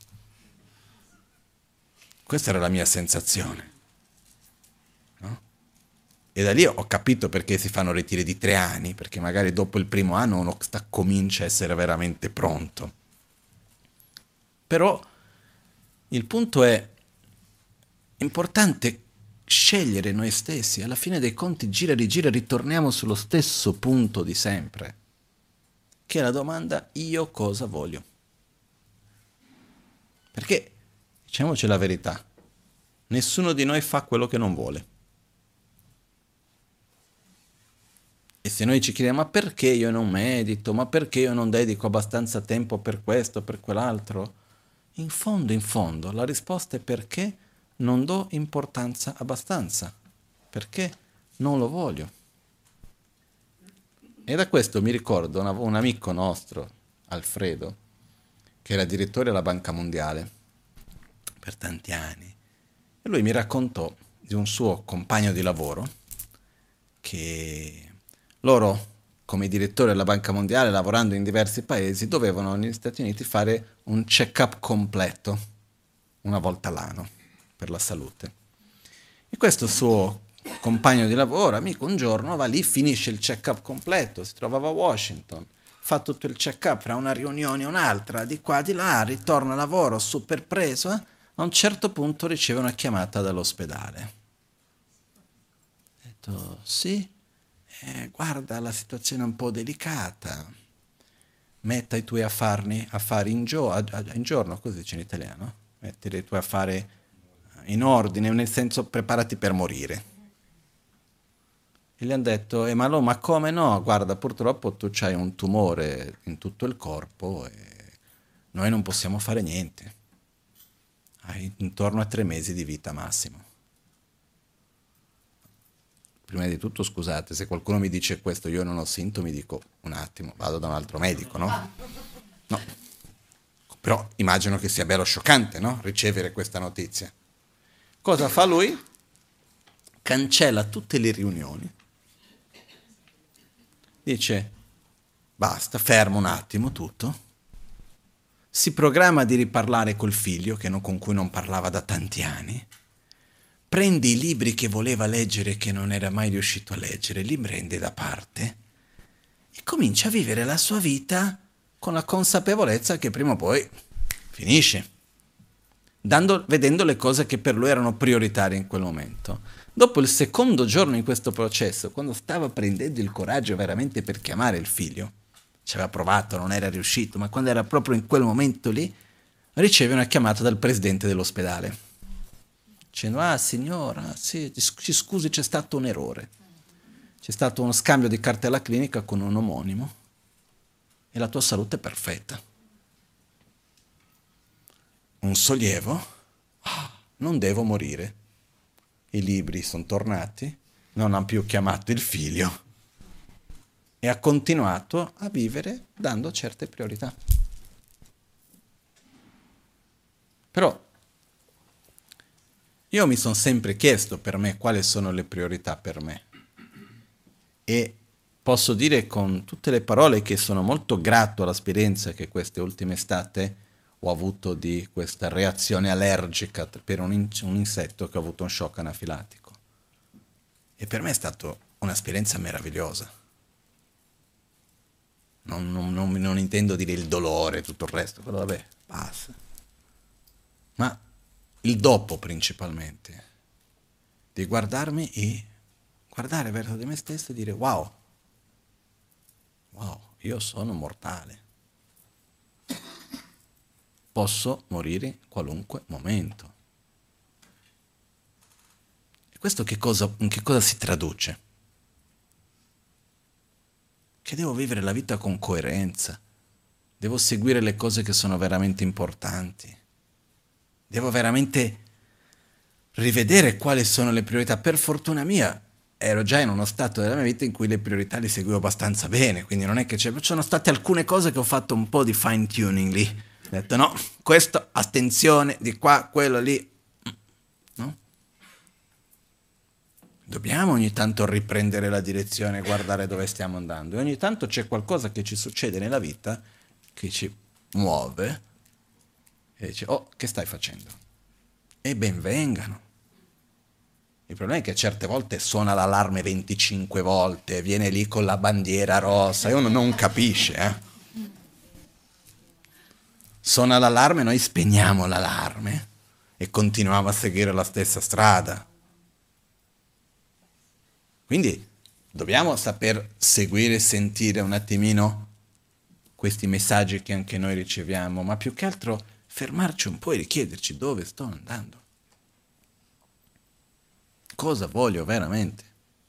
A: Questa era la mia sensazione. No? E da lì ho capito perché si fanno ritiri di 3 anni, perché magari dopo il primo anno uno comincia a essere veramente pronto. Però il punto è importante scegliere noi stessi, alla fine dei conti gira e rigira ritorniamo sullo stesso punto di sempre, che è la domanda io cosa voglio. Perché, diciamoci la verità, nessuno di noi fa quello che non vuole. E se noi ci chiediamo ma perché io non medito, ma perché io non dedico abbastanza tempo per questo, per quell'altro, in fondo, la risposta è perché non do importanza abbastanza, perché non lo voglio. E da questo mi ricordo un amico nostro, Alfredo, che era direttore alla Banca Mondiale per tanti anni, e lui mi raccontò di un suo compagno di lavoro che loro, come direttori della Banca Mondiale, lavorando in diversi paesi, dovevano negli Stati Uniti fare un check-up completo, una volta l'anno, per la salute. E questo suo compagno di lavoro, amico, un giorno va lì, finisce il check-up completo, si trovava a Washington, fa tutto il check-up fra una riunione e un'altra, di qua, di là, ritorna a lavoro super preso, a un certo punto riceve una chiamata dall'ospedale. Ha detto, sì? Guarda, la situazione è un po' delicata, metta i tuoi affari in giorno, così dice in italiano, mettere i tuoi affari in ordine, nel senso preparati per morire. E gli hanno detto, ma come no? Guarda, purtroppo tu hai un tumore in tutto il corpo e noi non possiamo fare niente. Hai intorno a 3 mesi di vita massimo. Prima di tutto, scusate, se qualcuno mi dice questo, io non ho sintomi, dico un attimo, vado da un altro medico, no? No. Però immagino che sia bello scioccante, no? Ricevere questa notizia. Cosa fa lui? Cancella tutte le riunioni. Dice, basta, fermo un attimo tutto. Si programma di riparlare col figlio, con cui non parlava da tanti anni. Prende i libri che voleva leggere e che non era mai riuscito a leggere, li prende da parte e comincia a vivere la sua vita con la consapevolezza che prima o poi finisce, vedendo le cose che per lui erano prioritarie in quel momento. Dopo il secondo giorno in questo processo, quando stava prendendo il coraggio veramente per chiamare il figlio, ci aveva provato, non era riuscito, ma quando era proprio in quel momento lì, riceve una chiamata dal presidente dell'ospedale. Dicendo, signora, sì, ci scusi, c'è stato un errore. C'è stato uno scambio di cartella clinica con un omonimo e la tua salute è perfetta. Un sollievo? Non devo morire. I libri sono tornati, non ha più chiamato il figlio e ha continuato a vivere dando certe priorità. Però io mi sono sempre chiesto per me quali sono le priorità per me e posso dire con tutte le parole che sono molto grato all'esperienza che queste ultime estate ho avuto di questa reazione allergica per un insetto che ho avuto un shock anafilattico. E per me è stata un'esperienza meravigliosa. Non intendo dire il dolore e tutto il resto, però vabbè, passa. Ma il dopo principalmente, di guardarmi e guardare verso di me stesso e dire wow, io sono mortale, posso morire in qualunque momento. E questo in che cosa si traduce? Che devo vivere la vita con coerenza, devo seguire le cose che sono veramente importanti. Devo veramente rivedere quali sono le priorità. Per fortuna mia, ero già in uno stato della mia vita in cui le priorità li seguivo abbastanza bene, quindi non è che ci sono state alcune cose che ho fatto un po' di fine tuning lì. Ho detto no, questo, attenzione, di qua, quello lì, no? Dobbiamo ogni tanto riprendere la direzione, guardare dove stiamo andando. E ogni tanto c'è qualcosa che ci succede nella vita che ci muove e dice, oh, che stai facendo? E ben vengano. Il problema è che certe volte suona l'allarme 25 volte, viene lì con la bandiera rossa e uno non capisce, Suona l'allarme, noi spegniamo l'allarme e continuiamo a seguire la stessa strada. Quindi dobbiamo saper seguire e sentire un attimino questi messaggi che anche noi riceviamo, ma più che altro fermarci un po' e richiederci dove sto andando. Cosa voglio veramente?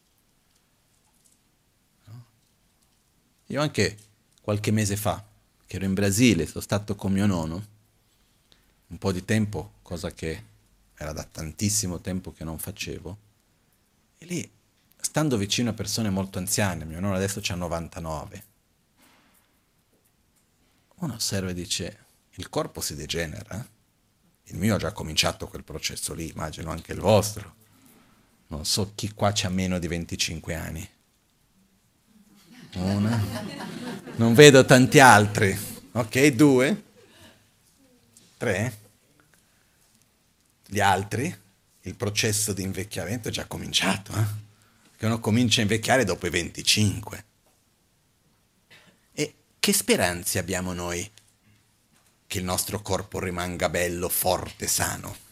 A: No? Io anche qualche mese fa, che ero in Brasile, sono stato con mio nonno, un po' di tempo, cosa che era da tantissimo tempo che non facevo, e lì, stando vicino a persone molto anziane, mio nonno adesso ha 99, uno osserva e dice, il corpo si degenera, il mio ha già cominciato quel processo lì, immagino anche il vostro. Non so chi qua c'ha meno di 25 anni. Una. Non vedo tanti altri. Ok, 2. 3. Gli altri, il processo di invecchiamento è già cominciato, Che uno comincia a invecchiare dopo i 25. E che speranze abbiamo noi che il nostro corpo rimanga bello, forte, sano?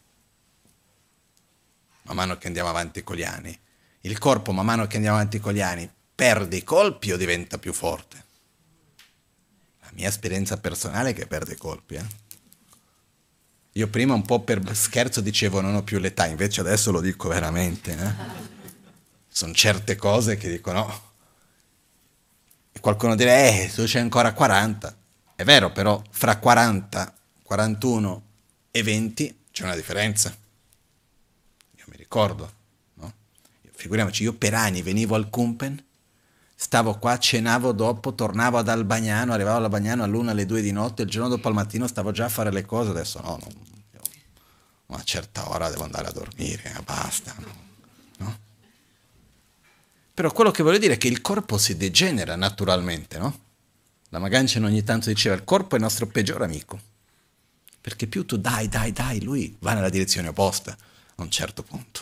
A: Man mano che andiamo avanti con gli anni. Il corpo, man mano che andiamo avanti con gli anni, perde i colpi o diventa più forte? La mia esperienza personale è che perde i colpi, Io prima un po' per scherzo dicevo non ho più l'età, invece adesso lo dico veramente, Sono certe cose che dico no. E qualcuno dirà, tu c'hai ancora 40. È vero, però fra 40, 41 e 20 c'è una differenza. Mi ricordo, no? Figuriamoci, io per anni venivo al Kumpen, stavo qua, cenavo dopo, tornavo ad Albagnano, arrivavo ad Albagnano all'1 alle 2 di notte, il giorno dopo al mattino stavo già a fare le cose, adesso no, io, a una certa ora devo andare a dormire, basta, no? Però quello che voglio dire è che il corpo si degenera naturalmente, no? La Magancia ogni tanto diceva, il corpo è il nostro peggior amico, perché più tu dai, lui va nella direzione opposta a un certo punto.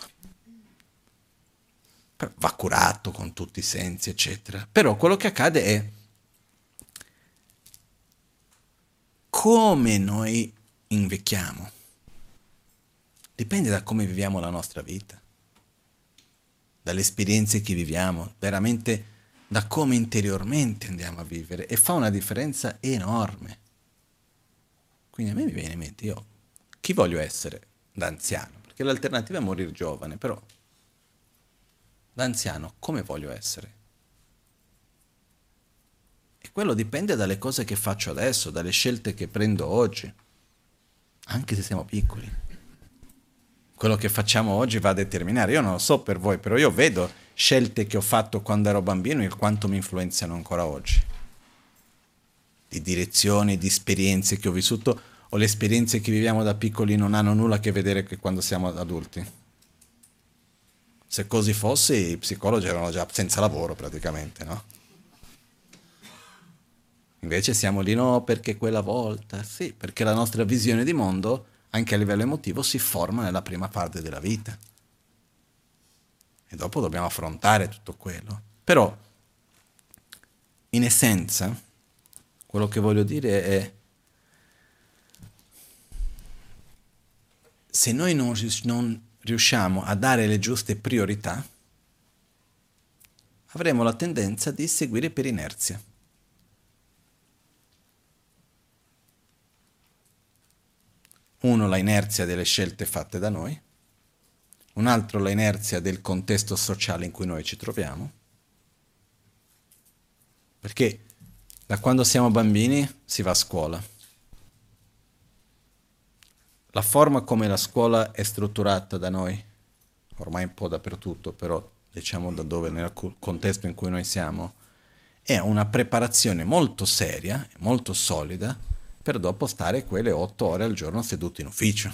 A: Va curato con tutti i sensi, eccetera. Però quello che accade è come noi invecchiamo. Dipende da come viviamo la nostra vita, dalle esperienze che viviamo, veramente da come interiormente andiamo a vivere e fa una differenza enorme. Quindi a me mi viene in mente, io chi voglio essere da anziano? Perché l'alternativa è morire giovane, però da anziano come voglio essere? E quello dipende dalle cose che faccio adesso, dalle scelte che prendo oggi, anche se siamo piccoli. Quello che facciamo oggi va a determinare, io non lo so per voi, però io vedo scelte che ho fatto quando ero bambino e quanto mi influenzano ancora oggi. Di direzioni, di esperienze che ho vissuto, o le esperienze che viviamo da piccoli non hanno nulla a che vedere con quando siamo adulti. Se così fosse, i psicologi erano già senza lavoro praticamente, no? Invece siamo lì, no, perché quella volta, sì, perché la nostra visione di mondo, anche a livello emotivo, si forma nella prima parte della vita. E dopo dobbiamo affrontare tutto quello. Però, in essenza, quello che voglio dire è, se noi non riusciamo a dare le giuste priorità, avremo la tendenza di seguire per inerzia. Uno, la inerzia delle scelte fatte da noi, un altro la inerzia del contesto sociale in cui noi ci troviamo, perché da quando siamo bambini si va a scuola. La forma come la scuola è strutturata da noi, ormai un po' dappertutto, però diciamo da dove, nel contesto in cui noi siamo, è una preparazione molto seria, molto solida, per dopo stare quelle 8 ore al giorno seduto in ufficio.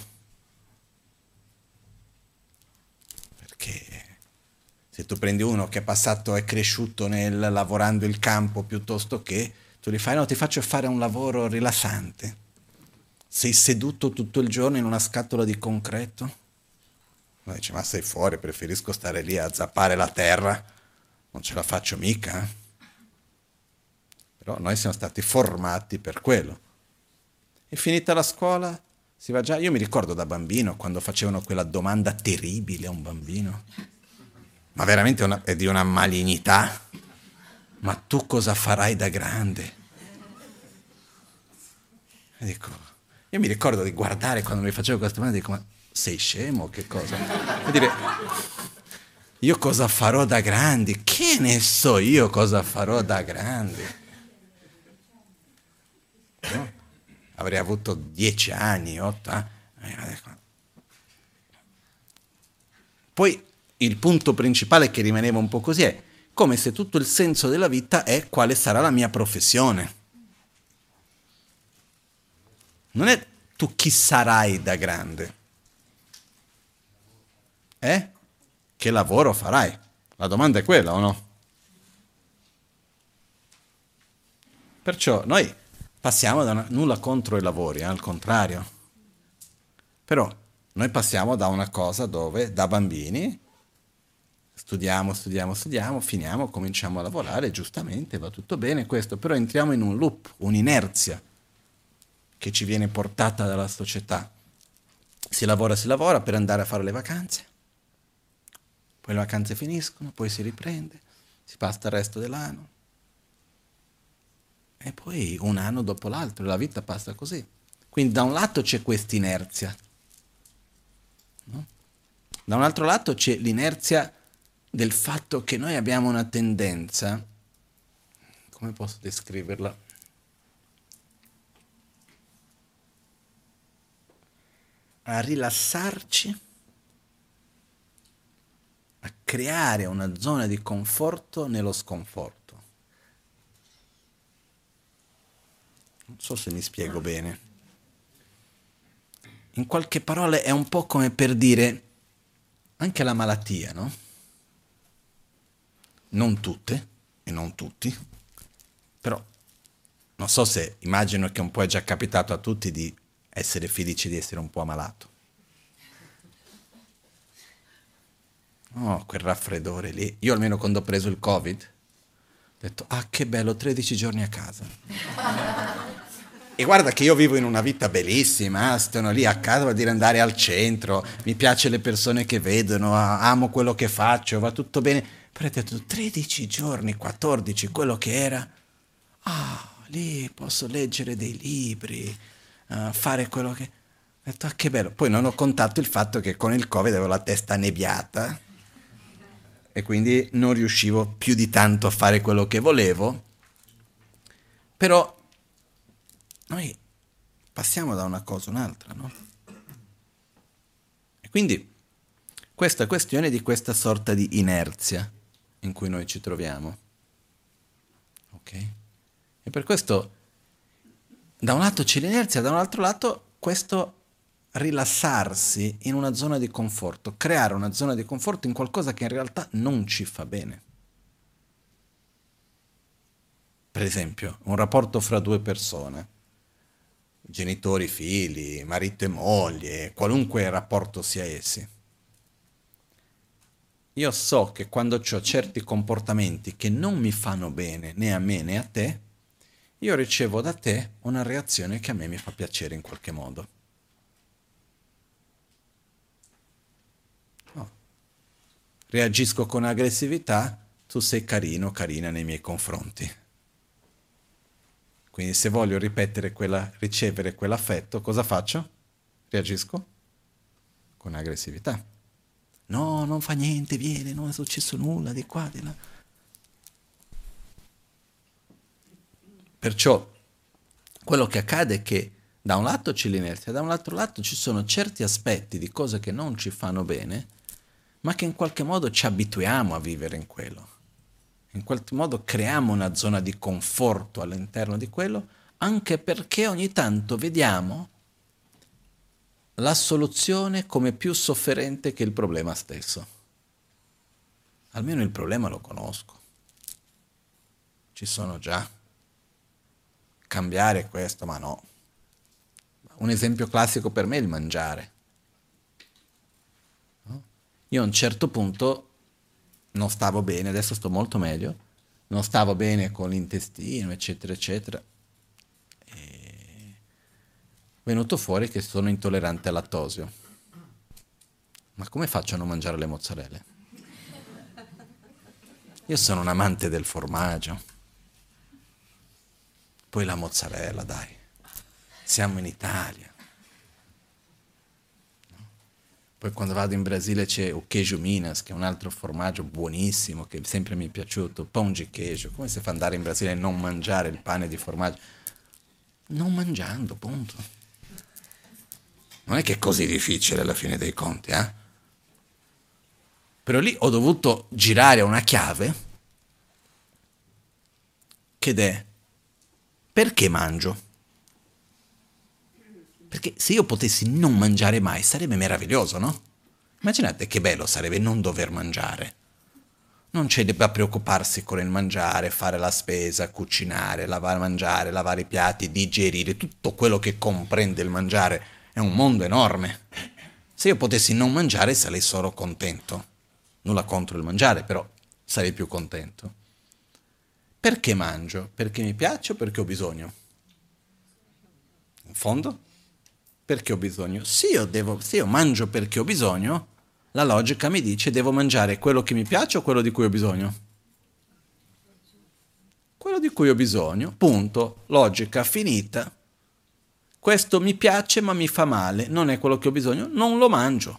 A: Perché se tu prendi uno che è passato, è cresciuto lavorando il campo piuttosto che, tu gli fai, no, ti faccio fare un lavoro rilassante. Sei seduto tutto il giorno in una scatola di concreto? Ma dice, ma sei fuori, preferisco stare lì a zappare la terra, non ce la faccio mica. Però noi siamo stati formati per quello. E finita la scuola, si va già. Io mi ricordo da bambino, quando facevano quella domanda terribile a un bambino, ma veramente è di una malignità. Ma tu cosa farai da grande? E dico, io mi ricordo di guardare quando mi facevo questa domanda e dico, ma sei scemo? Che cosa? Vuol dire, io cosa farò da grande? Che ne so io cosa farò da grande? No? Avrei avuto 10 anni, 8 anni. Poi il punto principale che rimaneva un po' così è come se tutto il senso della vita è quale sarà la mia professione. Non è tu chi sarai da grande. Che lavoro farai? La domanda è quella o no? Perciò noi passiamo da nulla contro i lavori, al contrario. Però noi passiamo da una cosa dove da bambini studiamo, finiamo, cominciamo a lavorare, giustamente va tutto bene questo, però entriamo in un loop, un'inerzia che ci viene portata dalla società. Si lavora per andare a fare le vacanze, poi le vacanze finiscono, poi si riprende, si passa il resto dell'anno e poi un anno dopo l'altro, la vita passa così. Quindi da un lato c'è questa inerzia, no? Da un altro lato c'è l'inerzia del fatto che noi abbiamo una tendenza, come posso descriverla? A rilassarci, a creare una zona di conforto nello sconforto. Non so se mi spiego bene. In qualche parola è un po' come per dire anche la malattia, no? Non tutte e non tutti, però non so se immagino che un po' è già capitato a tutti di essere felici di essere un po' ammalato. Oh, quel raffreddore lì. Io almeno quando ho preso il Covid ho detto, ah che bello, 13 giorni a casa. E guarda che io vivo in una vita bellissima, sono lì a casa, vuol dire andare al centro, mi piace le persone che vedono, amo quello che faccio, va tutto bene. Però ho detto 13 giorni, 14, quello che era. Ah, lì posso leggere dei libri, fare quello che. Ho detto, ah, che bello. Poi non ho contato il fatto che con il Covid avevo la testa nebbiata e quindi non riuscivo più di tanto a fare quello che volevo. Però noi passiamo da una cosa a un'altra, no? E quindi questa questione di questa sorta di inerzia in cui noi ci troviamo. Ok? E per questo da un lato c'è l'inerzia, da un altro lato questo rilassarsi in una zona di conforto, creare una zona di conforto in qualcosa che in realtà non ci fa bene. Per esempio, un rapporto fra due persone, genitori, figli, marito e moglie, qualunque rapporto sia essi. Io so che quando ho certi comportamenti che non mi fanno bene né a me né a te, io ricevo da te una reazione che a me mi fa piacere in qualche modo. No. Reagisco con aggressività, tu sei carino, carina nei miei confronti. Quindi se voglio ricevere quell'affetto, cosa faccio? Reagisco con aggressività. No, non fa niente, viene, non è successo nulla, di qua, di là. Perciò quello che accade è che da un lato c'è l'inerzia, da un altro lato ci sono certi aspetti di cose che non ci fanno bene, ma che in qualche modo ci abituiamo a vivere in quello. In qualche modo creiamo una zona di conforto all'interno di quello, anche perché ogni tanto vediamo la soluzione come più sofferente che il problema stesso. Almeno il problema lo conosco. Ci sono già. Cambiare questo, ma no. Un esempio classico per me è il mangiare. No? Io a un certo punto non stavo bene, adesso sto molto meglio, non stavo bene con l'intestino, eccetera, eccetera. È venuto fuori che sono intollerante al lattosio. Ma come faccio a non mangiare le mozzarelle? Io sono un amante del formaggio. Poi la mozzarella, dai. Siamo in Italia. Poi quando vado in Brasile c'è o queijo Minas, che è un altro formaggio buonissimo, che sempre mi è piaciuto, pão de queijo. Come si fa ad andare in Brasile e non mangiare il pane di formaggio? Non mangiando, punto. Non è che è così difficile alla fine dei conti, eh? Però lì ho dovuto girare una chiave, che è, perché mangio? Perché se io potessi non mangiare mai sarebbe meraviglioso, no? Immaginate che bello sarebbe non dover mangiare. Non c'è da preoccuparsi con il mangiare, fare la spesa, cucinare, lavare, mangiare, lavare i piatti, digerire, tutto quello che comprende il mangiare. È un mondo enorme. Se io potessi non mangiare sarei solo contento. Nulla contro il mangiare, però sarei più contento. Perché mangio? Perché mi piace o perché ho bisogno? In fondo, perché ho bisogno? Se io mangio perché ho bisogno, la logica mi dice devo mangiare quello che mi piace o quello di cui ho bisogno? Quello di cui ho bisogno, punto, logica finita. Questo mi piace ma mi fa male, non è quello che ho bisogno, non lo mangio.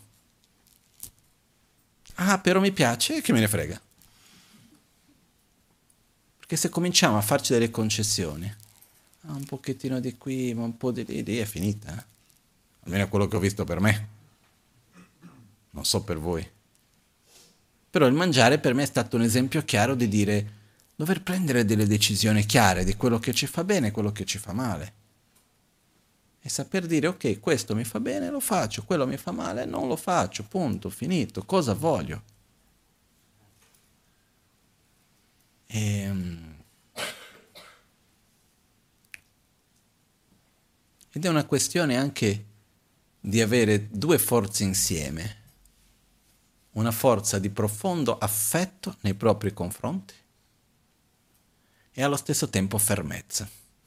A: Ah, però mi piace, che me ne frega. Perché se cominciamo a farci delle concessioni, un pochettino di qui, ma un po' di lì, è finita. Almeno è quello che ho visto per me. Non so per voi. Però il mangiare per me è stato un esempio chiaro di dire dover prendere delle decisioni chiare di quello che ci fa bene e quello che ci fa male. E saper dire ok, questo mi fa bene, lo faccio, quello mi fa male, non lo faccio, punto, finito, cosa voglio? Ed è una questione anche di avere due forze insieme, una forza di profondo affetto nei propri confronti e allo stesso tempo fermezza.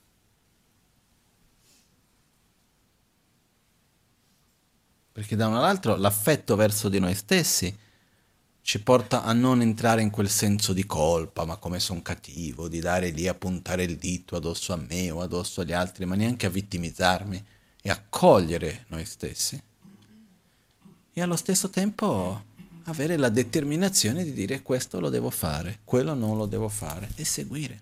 A: Perché da un lato l'affetto verso di noi stessi ci porta a non entrare in quel senso di colpa, ma come sono cattivo, di dare lì a puntare il dito addosso a me o addosso agli altri, ma neanche a vittimizzarmi e accogliere noi stessi. E allo stesso tempo avere la determinazione di dire questo lo devo fare, quello non lo devo fare e seguire.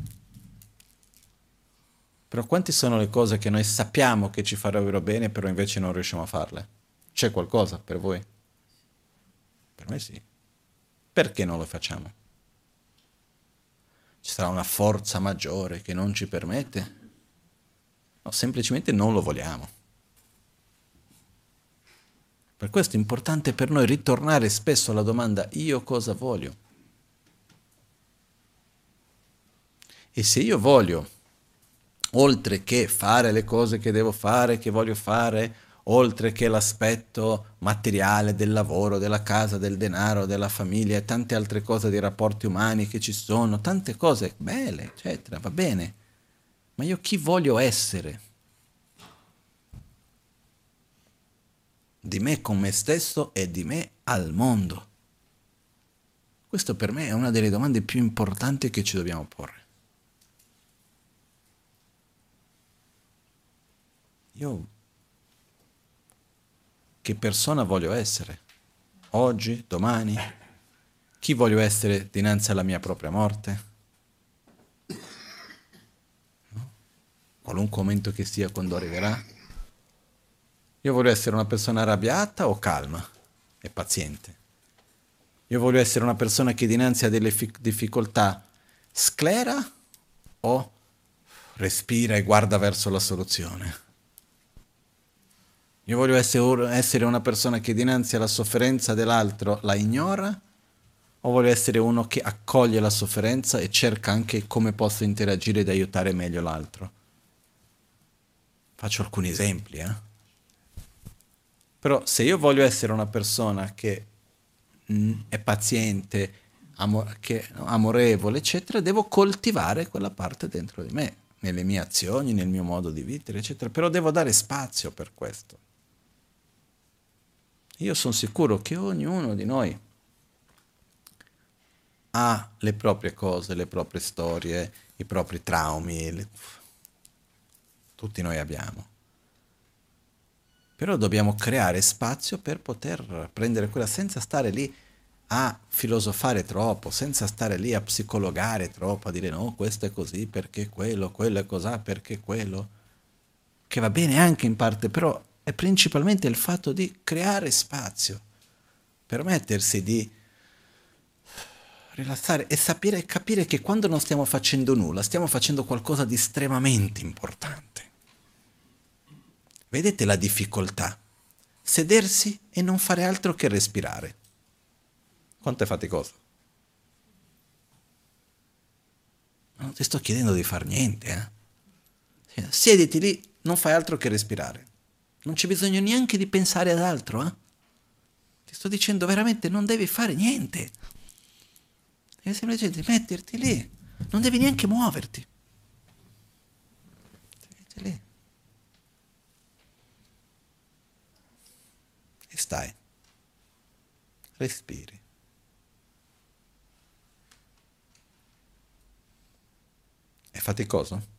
A: Però quante sono le cose che noi sappiamo che ci farebbero bene, però invece non riusciamo a farle? C'è qualcosa per voi? Per me sì. Perché non lo facciamo? Ci sarà una forza maggiore che non ci permette? No, semplicemente non lo vogliamo. Per questo è importante per noi ritornare spesso alla domanda io cosa voglio? E se io voglio, oltre che fare le cose che devo fare, che voglio fare, oltre che l'aspetto materiale del lavoro, della casa, del denaro, della famiglia e tante altre cose dei rapporti umani che ci sono, tante cose belle, eccetera, va bene. Ma io chi voglio essere? Di me con me stesso e di me al mondo. Questo per me è una delle domande più importanti che ci dobbiamo porre. Io che persona voglio essere? Oggi, domani? Chi voglio essere dinanzi alla mia propria morte? No? Qualunque momento che sia quando arriverà? Io voglio essere una persona arrabbiata o calma e paziente? Io voglio essere una persona che dinanzi a delle difficoltà sclera o respira e guarda verso la soluzione. Io voglio essere una persona che dinanzi alla sofferenza dell'altro la ignora o voglio essere uno che accoglie la sofferenza e cerca anche come posso interagire ed aiutare meglio l'altro. Faccio alcuni esempi, Però se io voglio essere una persona che è paziente, amorevole, eccetera, devo coltivare quella parte dentro di me, nelle mie azioni, nel mio modo di vivere, eccetera. Però devo dare spazio per questo. Io sono sicuro che ognuno di noi ha le proprie cose, le proprie storie, i propri traumi, tutti noi abbiamo. Però dobbiamo creare spazio per poter prendere quella senza stare lì a filosofare troppo, senza stare lì a psicologare troppo, a dire no, questo è così perché quello è così perché quello, che va bene anche in parte, però è principalmente il fatto di creare spazio, permettersi di rilassare e sapere e capire che quando non stiamo facendo nulla, stiamo facendo qualcosa di estremamente importante. Vedete la difficoltà? Sedersi e non fare altro che respirare. Quanto è faticoso? Non ti sto chiedendo di far niente, Siediti lì, non fai altro che respirare. Non c'è bisogno neanche di pensare ad altro, Ti sto dicendo veramente non devi fare niente. Devi semplicemente metterti lì. Non devi neanche muoverti. Metti lì. E stai. Respiri. È faticoso?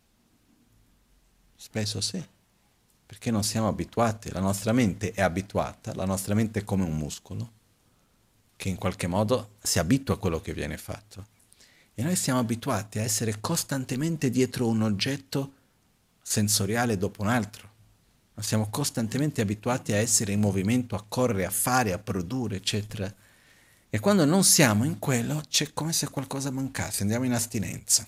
A: Spesso sì. Perché non siamo abituati. La nostra mente è abituata. La nostra mente è come un muscolo che in qualche modo si abitua a quello che viene fatto. E noi siamo abituati a essere costantemente dietro un oggetto sensoriale dopo un altro. Siamo costantemente abituati a essere in movimento, a correre, a fare, a produrre, eccetera. E quando non siamo in quello, c'è come se qualcosa mancasse, andiamo in astinenza.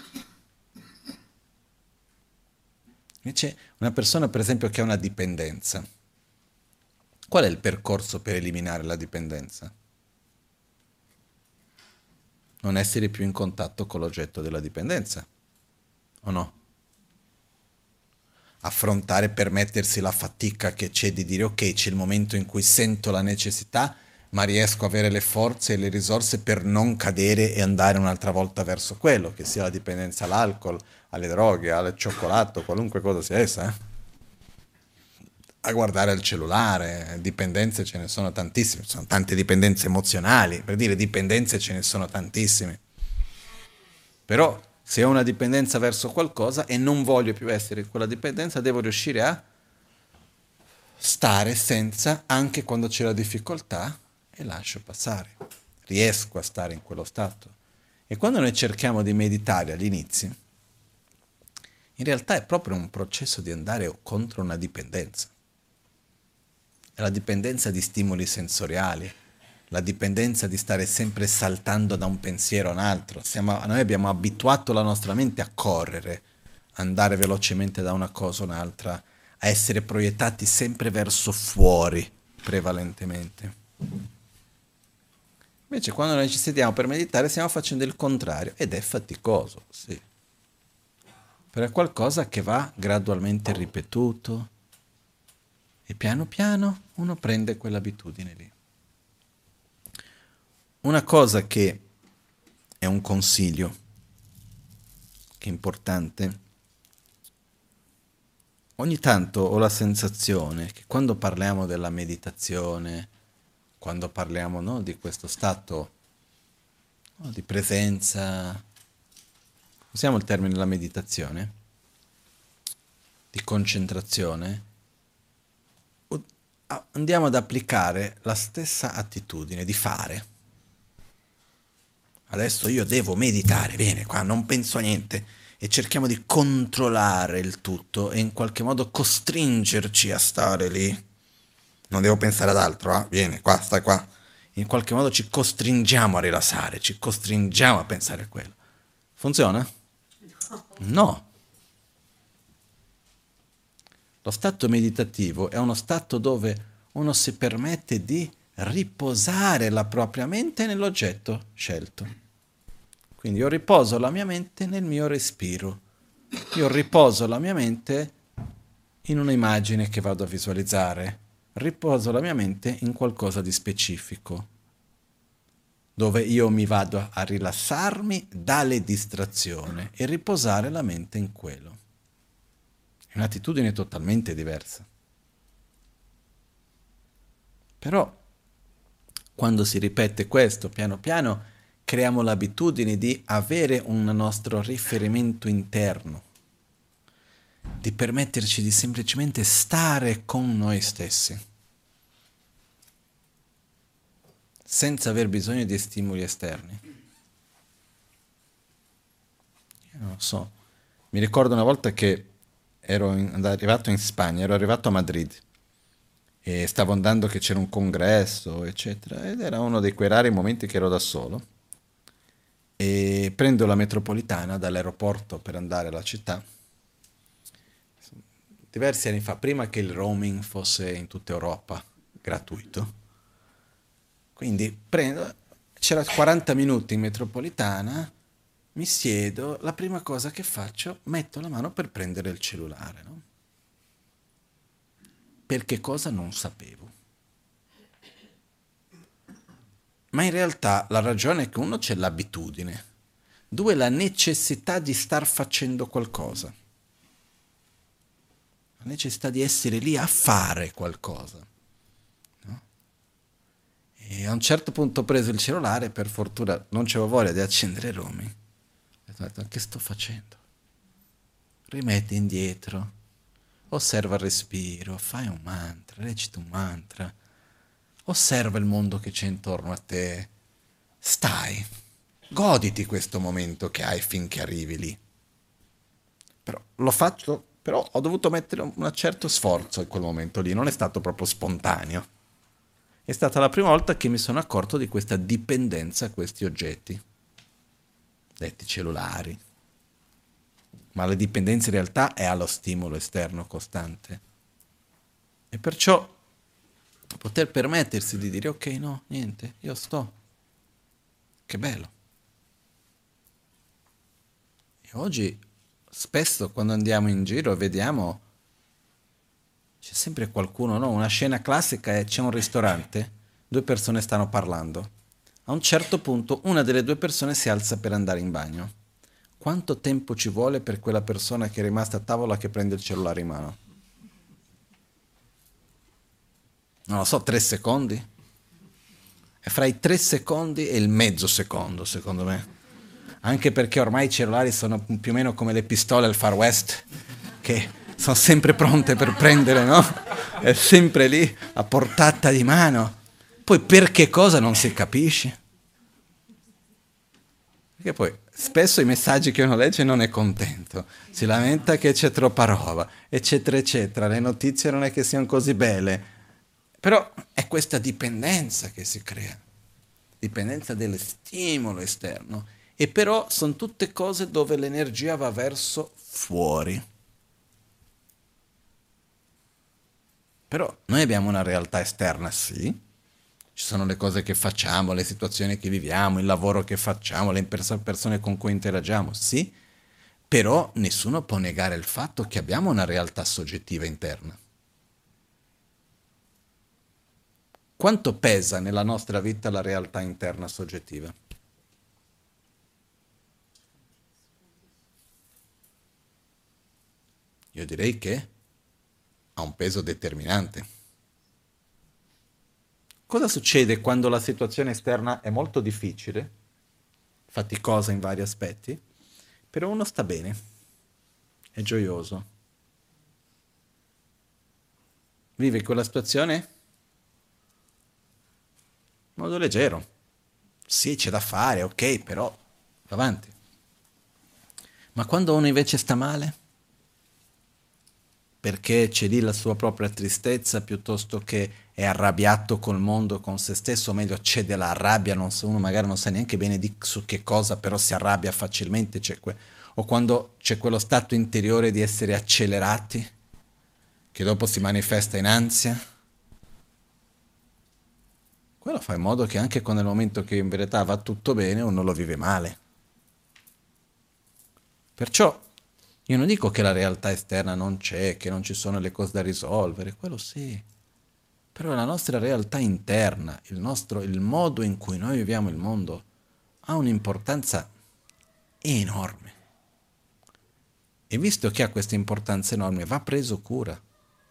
A: Invece una persona, per esempio, che ha una dipendenza, qual è il percorso per eliminare la dipendenza? Non essere più in contatto con l'oggetto della dipendenza, o no? Affrontare, permettersi la fatica che c'è di dire ok, c'è il momento in cui sento la necessità, ma riesco a avere le forze e le risorse per non cadere e andare un'altra volta verso quello, che sia la dipendenza all'alcol, alle droghe, al cioccolato, qualunque cosa sia essa, a guardare il cellulare, dipendenze ce ne sono tantissime, ci sono tante dipendenze emozionali, per dire dipendenze ce ne sono tantissime. Però se ho una dipendenza verso qualcosa e non voglio più essere in quella dipendenza, devo riuscire a stare senza anche quando c'è la difficoltà e lascio passare. Riesco a stare in quello stato. E quando noi cerchiamo di meditare all'inizio, in realtà è proprio un processo di andare contro una dipendenza. È la dipendenza di stimoli sensoriali, la dipendenza di stare sempre saltando da un pensiero a un altro. Noi abbiamo abituato la nostra mente a correre, andare velocemente da una cosa a un'altra, a essere proiettati sempre verso fuori, prevalentemente. Invece quando noi ci sediamo per meditare stiamo facendo il contrario ed è faticoso, sì. Però è qualcosa che va gradualmente ripetuto e piano piano uno prende quell'abitudine lì. Una cosa che è un consiglio, che è importante, ogni tanto ho la sensazione che quando parliamo della meditazione, quando parliamo, no, di questo stato, no, di presenza, usiamo il termine della meditazione, di concentrazione, andiamo ad applicare la stessa attitudine di fare. Adesso io devo meditare, bene, qua non penso a niente, e cerchiamo di controllare il tutto e in qualche modo costringerci a stare lì. Non devo pensare ad altro, vieni, qua, stai qua. in qualche modo ci costringiamo a rilassare, ci costringiamo a pensare a quello. Funziona? No. Lo stato meditativo è uno stato dove uno si permette di riposare la propria mente nell'oggetto scelto. Quindi io riposo la mia mente nel mio respiro. Io riposo la mia mente in un'immagine che vado a visualizzare. Riposo la mia mente in qualcosa di specifico, dove io mi vado a rilassarmi dalle distrazioni e riposare la mente in quello. È un'attitudine totalmente diversa. Però, quando si ripete questo, piano piano, creiamo l'abitudine di avere un nostro riferimento interno, di permetterci di semplicemente stare con noi stessi, senza aver bisogno di stimoli esterni. Io non lo so. Mi ricordo una volta che arrivato in Spagna, ero arrivato a Madrid e stavo andando che c'era un congresso, eccetera, ed era uno di quei rari momenti che ero da solo e prendo la metropolitana dall'aeroporto per andare alla città. Diversi anni fa, prima che il roaming fosse in tutta Europa gratuito. Quindi c'era 40 minuti in metropolitana, mi siedo, la prima cosa che faccio, metto la mano per prendere il cellulare, no? Perché cosa non sapevo. Ma in realtà la ragione è che uno c'è l'abitudine, due la necessità di star facendo qualcosa, la necessità di essere lì a fare qualcosa. No? E a un certo punto ho preso il cellulare, per fortuna non c'avevo voglia di accendere roaming. Ho detto, che sto facendo? Rimetti indietro, osserva il respiro, fai un mantra, recita un mantra, osserva il mondo che c'è intorno a te, stai, goditi questo momento che hai finché arrivi lì. Però lo faccio, però ho dovuto mettere un certo sforzo in quel momento lì, non è stato proprio spontaneo. È stata la prima volta che mi sono accorto di questa dipendenza a questi oggetti, detti cellulari. Ma la dipendenza in realtà è allo stimolo esterno costante. E perciò poter permettersi di dire ok, no, niente, io sto. Che bello. E oggi spesso quando andiamo in giro vediamo c'è sempre qualcuno, no? Una scena classica è c'è un ristorante, due persone stanno parlando. A un certo punto una delle due persone si alza per andare in bagno. Quanto tempo ci vuole per quella persona che è rimasta a tavola che prende il cellulare in mano? Non lo so, 3 secondi? È fra i 3 secondi e il mezzo secondo, secondo me. Anche perché ormai i cellulari sono più o meno come le pistole al Far West, che sono sempre pronte per prendere, no? È sempre lì, a portata di mano. Poi per che cosa non si capisce? Perché poi spesso i messaggi che uno legge non è contento, si lamenta che c'è troppa roba, eccetera, eccetera. Le notizie non è che siano così belle. Però è questa dipendenza che si crea, dipendenza dello stimolo esterno. E però sono tutte cose dove l'energia va verso fuori. Però noi abbiamo una realtà esterna, sì. Ci sono le cose che facciamo, le situazioni che viviamo, il lavoro che facciamo, le persone con cui interagiamo, sì. Però nessuno può negare il fatto che abbiamo una realtà soggettiva interna. Quanto pesa nella nostra vita la realtà interna soggettiva? Io direi che ha un peso determinante. Cosa succede quando la situazione esterna è molto difficile, faticosa in vari aspetti, però uno sta bene, è gioioso, vive quella situazione in modo leggero. Sì, c'è da fare, ok, però va avanti. Ma quando uno invece sta male? perché c'è lì la sua propria tristezza piuttosto che è arrabbiato col mondo, con se stesso, o meglio c'è della rabbia, non so, uno magari non sa neanche bene su che cosa, però si arrabbia facilmente, o quando c'è quello stato interiore di essere accelerati, che dopo si manifesta in ansia. Quello fa in modo che anche nel momento che in verità va tutto bene, uno lo vive male. Perciò io non dico che la realtà esterna non c'è, che non ci sono le cose da risolvere, quello sì. Però la nostra realtà interna, il modo in cui noi viviamo il mondo, ha un'importanza enorme. E visto che ha questa importanza enorme, va preso cura.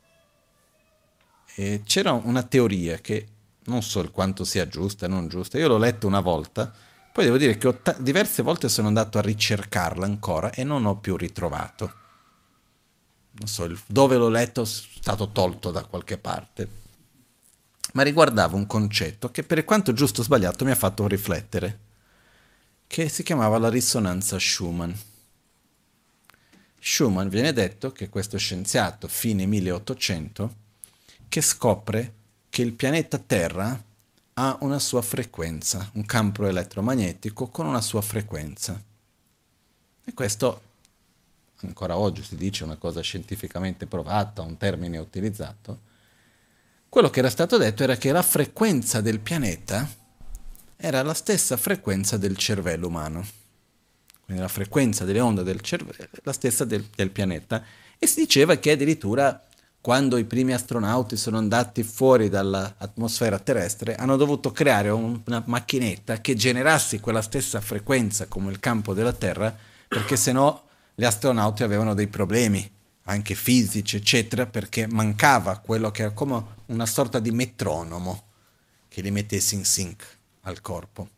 A: E c'era una teoria che non so quanto sia giusta o non giusta, io l'ho letta una volta, poi devo dire che diverse volte sono andato a ricercarla ancora e non ho più ritrovato. Non so dove l'ho letto, è stato tolto da qualche parte. Ma riguardava un concetto che per quanto giusto o sbagliato mi ha fatto riflettere, che si chiamava la risonanza Schumann. Schumann viene detto che questo scienziato, fine 1800, che scopre che il pianeta Terra ha una sua frequenza, un campo elettromagnetico con una sua frequenza. E questo ancora oggi si dice una cosa scientificamente provata, un termine utilizzato. Quello che era stato detto era che la frequenza del pianeta era la stessa frequenza del cervello umano. Quindi la frequenza delle onde del cervello è la stessa del pianeta. E si diceva che addirittura quando i primi astronauti sono andati fuori dall'atmosfera terrestre hanno dovuto creare una macchinetta che generasse quella stessa frequenza come il campo della Terra, perché sennò gli astronauti avevano dei problemi, anche fisici, eccetera, perché mancava quello che era come una sorta di metronomo che li mettesse in sync al corpo.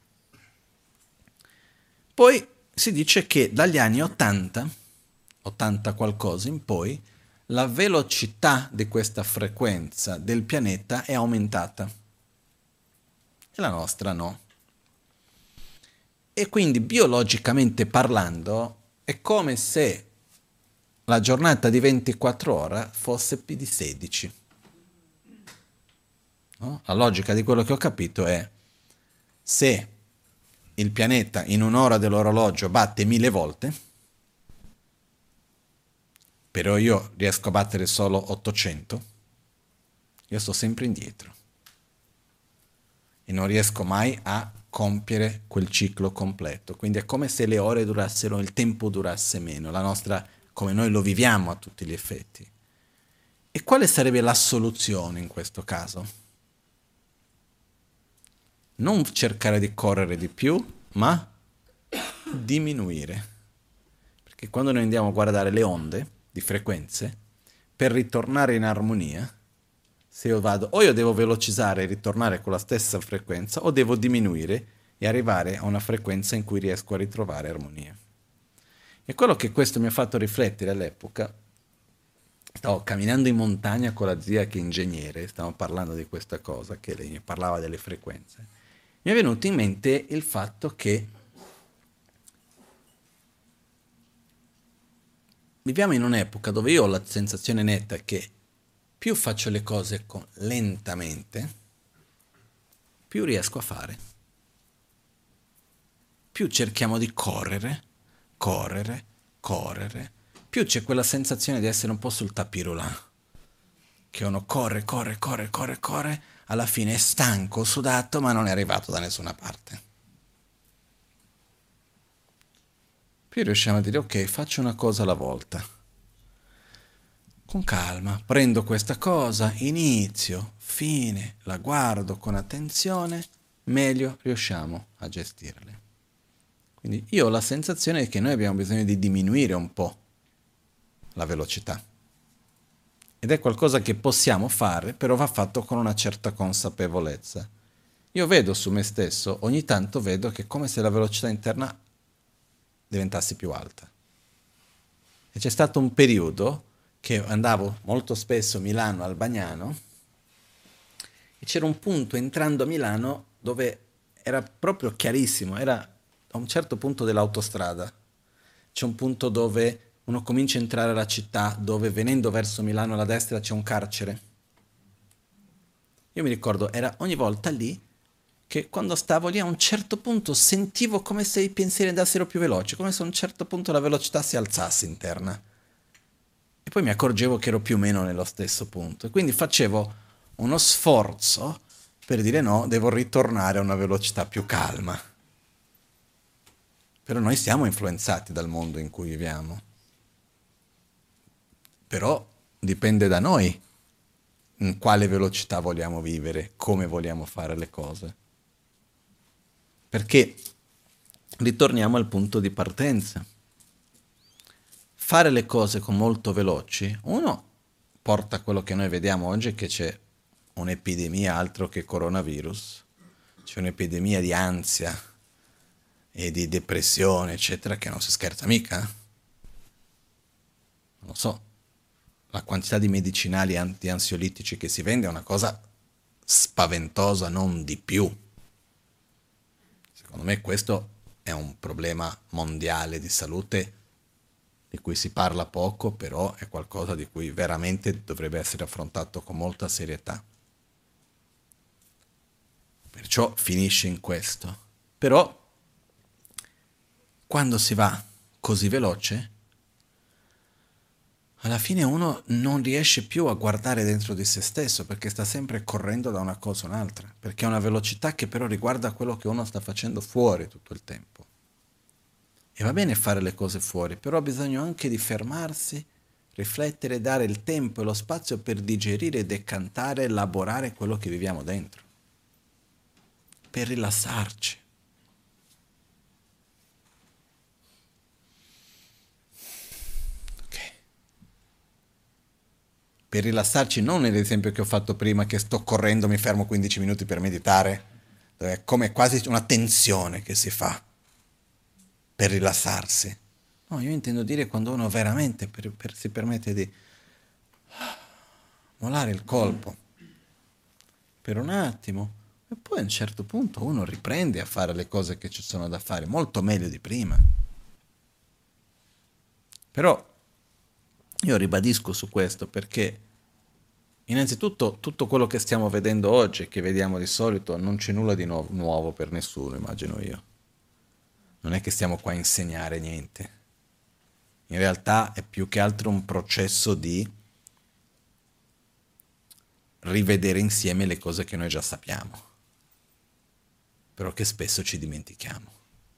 A: Poi si dice che dagli anni 80, 80 qualcosa in poi, la velocità di questa frequenza del pianeta è aumentata e la nostra no. E quindi biologicamente parlando è come se la giornata di 24 ore fosse più di 16. No? La logica di quello che ho capito è se il pianeta in un'ora dell'orologio batte 1000 volte, però io riesco a battere solo 800, io sto sempre indietro e non riesco mai a compiere quel ciclo completo. Quindi è come se le ore durassero, il tempo durasse meno, la nostra, come noi lo viviamo a tutti gli effetti. E quale sarebbe la soluzione in questo caso? Non cercare di correre di più, ma diminuire. Perché quando noi andiamo a guardare le onde di frequenze, per ritornare in armonia, se io vado, o io devo velocizzare e ritornare con la stessa frequenza, o devo diminuire e arrivare a una frequenza in cui riesco a ritrovare armonia. E quello che questo mi ha fatto riflettere all'epoca, stavo camminando in montagna con la zia che è ingegnere, stavamo parlando di questa cosa, che lei mi parlava delle frequenze. Mi è venuto in mente il fatto che viviamo in un'epoca dove io ho la sensazione netta che più faccio le cose lentamente, più riesco a fare. Più cerchiamo di correre, correre, correre, più c'è quella sensazione di essere un po' sul tapirulà, che uno corre, corre, corre, corre, corre, alla fine è stanco, sudato, ma non è arrivato da nessuna parte. Più riusciamo a dire, ok, faccio una cosa alla volta. Con calma, prendo questa cosa, inizio, fine, la guardo con attenzione, meglio riusciamo a gestirle. Quindi io ho la sensazione che noi abbiamo bisogno di diminuire un po' la velocità. Ed è qualcosa che possiamo fare, però va fatto con una certa consapevolezza. Io vedo su me stesso, ogni tanto vedo che è come se la velocità interna diventasse più alta. E c'è stato un periodo che andavo molto spesso a Milano al Bagnano e c'era un punto entrando a Milano dove era proprio chiarissimo, era a un certo punto dell'autostrada. C'è un punto dove uno comincia a entrare alla città dove venendo verso Milano alla destra c'è un carcere. Io mi ricordo, era ogni volta lì che quando stavo lì a un certo punto sentivo come se i pensieri andassero più veloci, come se a un certo punto la velocità si alzasse interna. E poi mi accorgevo che ero più o meno nello stesso punto. E quindi facevo uno sforzo per dire no, devo ritornare a una velocità più calma. Però noi siamo influenzati dal mondo in cui viviamo. Però dipende da noi in quale velocità vogliamo vivere, come vogliamo fare le cose. Perché ritorniamo al punto di partenza. Fare le cose con molto veloci, uno porta a quello che noi vediamo oggi, che c'è un'epidemia altro che coronavirus, c'è un'epidemia di ansia e di depressione, eccetera, che non si scherza mica. Non lo so, la quantità di medicinali anti-ansiolitici che si vende è una cosa spaventosa, non di più. Secondo me questo è un problema mondiale di salute di cui si parla poco, però è qualcosa di cui veramente dovrebbe essere affrontato con molta serietà. Perciò finisce in questo. Però quando si va così veloce, alla fine uno non riesce più a guardare dentro di se stesso perché sta sempre correndo da una cosa a un'altra, perché è una velocità che però riguarda quello che uno sta facendo fuori tutto il tempo. E va bene fare le cose fuori, però ha bisogno anche di fermarsi, riflettere, dare il tempo e lo spazio per digerire, decantare, elaborare quello che viviamo dentro, per rilassarci. Per rilassarci non nell'esempio che ho fatto prima, che sto correndo, mi fermo 15 minuti per meditare, dove è come quasi una tensione che si fa per rilassarsi. No, io intendo dire quando uno veramente si permette di mollare il colpo per un attimo e poi a un certo punto uno riprende a fare le cose che ci sono da fare, molto meglio di prima. Però io ribadisco su questo perché innanzitutto tutto quello che stiamo vedendo oggi, che vediamo di solito, non c'è nulla di nuovo per nessuno, immagino io. Non è che stiamo qua a insegnare niente. In realtà è più che altro un processo di rivedere insieme le cose che noi già sappiamo, però che spesso ci dimentichiamo.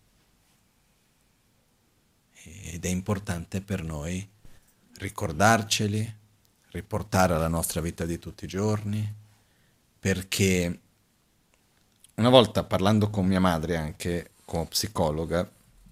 A: Ed è importante per noi ricordarceli, riportare alla nostra vita di tutti i giorni, perché una volta parlando con mia madre anche come psicologa,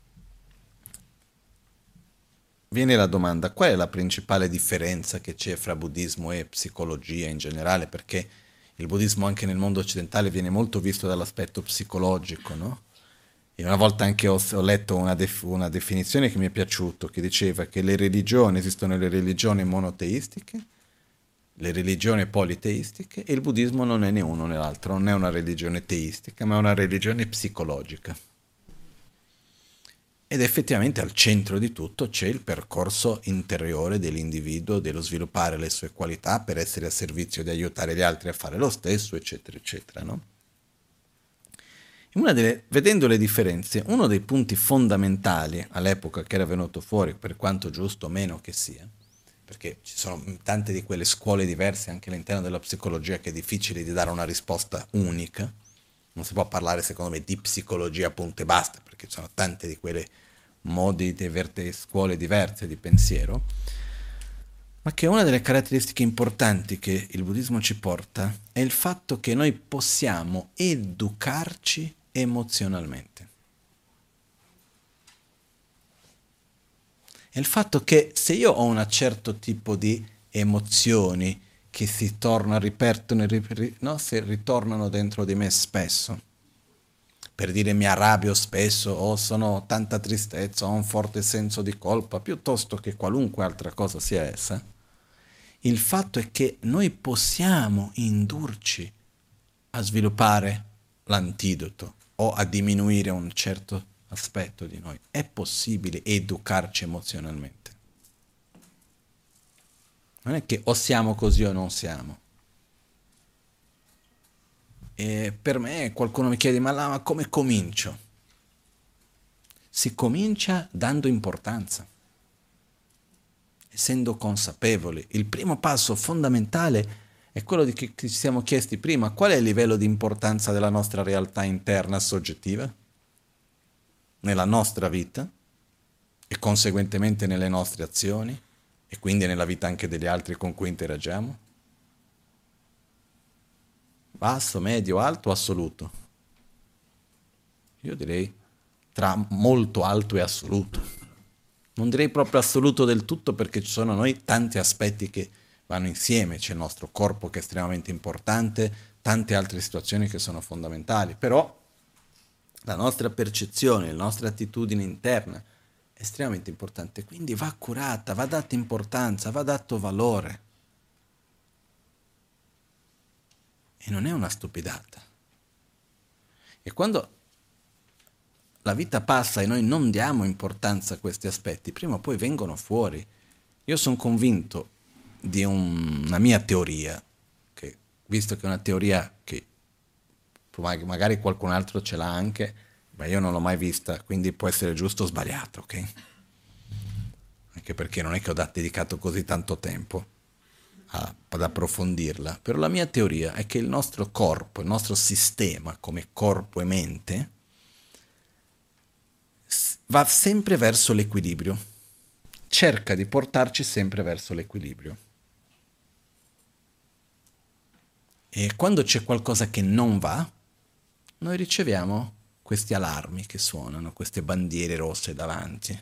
A: viene la domanda: qual è la principale differenza che c'è fra buddismo e psicologia in generale? Perché il buddismo anche nel mondo occidentale viene molto visto dall'aspetto psicologico, no? E una volta anche ho letto una definizione che mi è piaciuta, che diceva che le religioni, esistono le religioni monoteistiche, le religioni politeistiche, e il buddismo non è né uno né l'altro, non è una religione teistica, ma è una religione psicologica. Ed effettivamente al centro di tutto c'è il percorso interiore dell'individuo, dello sviluppare le sue qualità per essere a servizio di aiutare gli altri a fare lo stesso, eccetera, eccetera, no? Vedendo le differenze, uno dei punti fondamentali all'epoca che era venuto fuori, per quanto giusto o meno che sia, perché ci sono tante di quelle scuole diverse anche all'interno della psicologia che è difficile di dare una risposta unica, non si può parlare secondo me di psicologia punto e basta, perché ci sono tante di quelle modi di scuole diverse di pensiero, ma che una delle caratteristiche importanti che il buddismo ci porta è il fatto che noi possiamo educarci emozionalmente. È il fatto che se io ho un certo tipo di emozioni che si tornano, ripetono, no? Si ritornano dentro di me spesso, per dire mi arrabbio spesso o sono tanta tristezza, ho un forte senso di colpa, piuttosto che qualunque altra cosa sia essa, il fatto è che noi possiamo indurci a sviluppare l'antidoto o a diminuire un certo aspetto di noi. È possibile educarci emozionalmente. Non è che o siamo così o non siamo. E per me qualcuno mi chiede, ma come comincio? Si comincia dando importanza, essendo consapevoli. Il primo passo fondamentale è quello di che ci siamo chiesti prima: qual è il livello di importanza della nostra realtà interna soggettiva, nella nostra vita e conseguentemente nelle nostre azioni e quindi nella vita anche degli altri con cui interagiamo? Basso, medio, alto, assoluto? Io direi tra molto alto e assoluto. Non direi proprio assoluto del tutto, perché ci sono noi tanti aspetti che vanno insieme, c'è il nostro corpo che è estremamente importante, tante altre situazioni che sono fondamentali, però la nostra percezione, la nostra attitudine interna è estremamente importante, quindi va curata, va data importanza, va dato valore. E non è una stupidata. E quando la vita passa e noi non diamo importanza a questi aspetti, prima o poi vengono fuori. Io sono convinto di una mia teoria, che, visto che è una teoria che magari qualcun altro ce l'ha anche, ma io non l'ho mai vista, quindi può essere giusto o sbagliato, ok? Anche perché non è che ho dedicato così tanto tempo ad approfondirla. Però la mia teoria è che il nostro corpo, il nostro sistema come corpo e mente, va sempre verso l'equilibrio, cerca di portarci sempre verso l'equilibrio. E quando c'è qualcosa che non va, noi riceviamo questi allarmi che suonano, queste bandiere rosse davanti.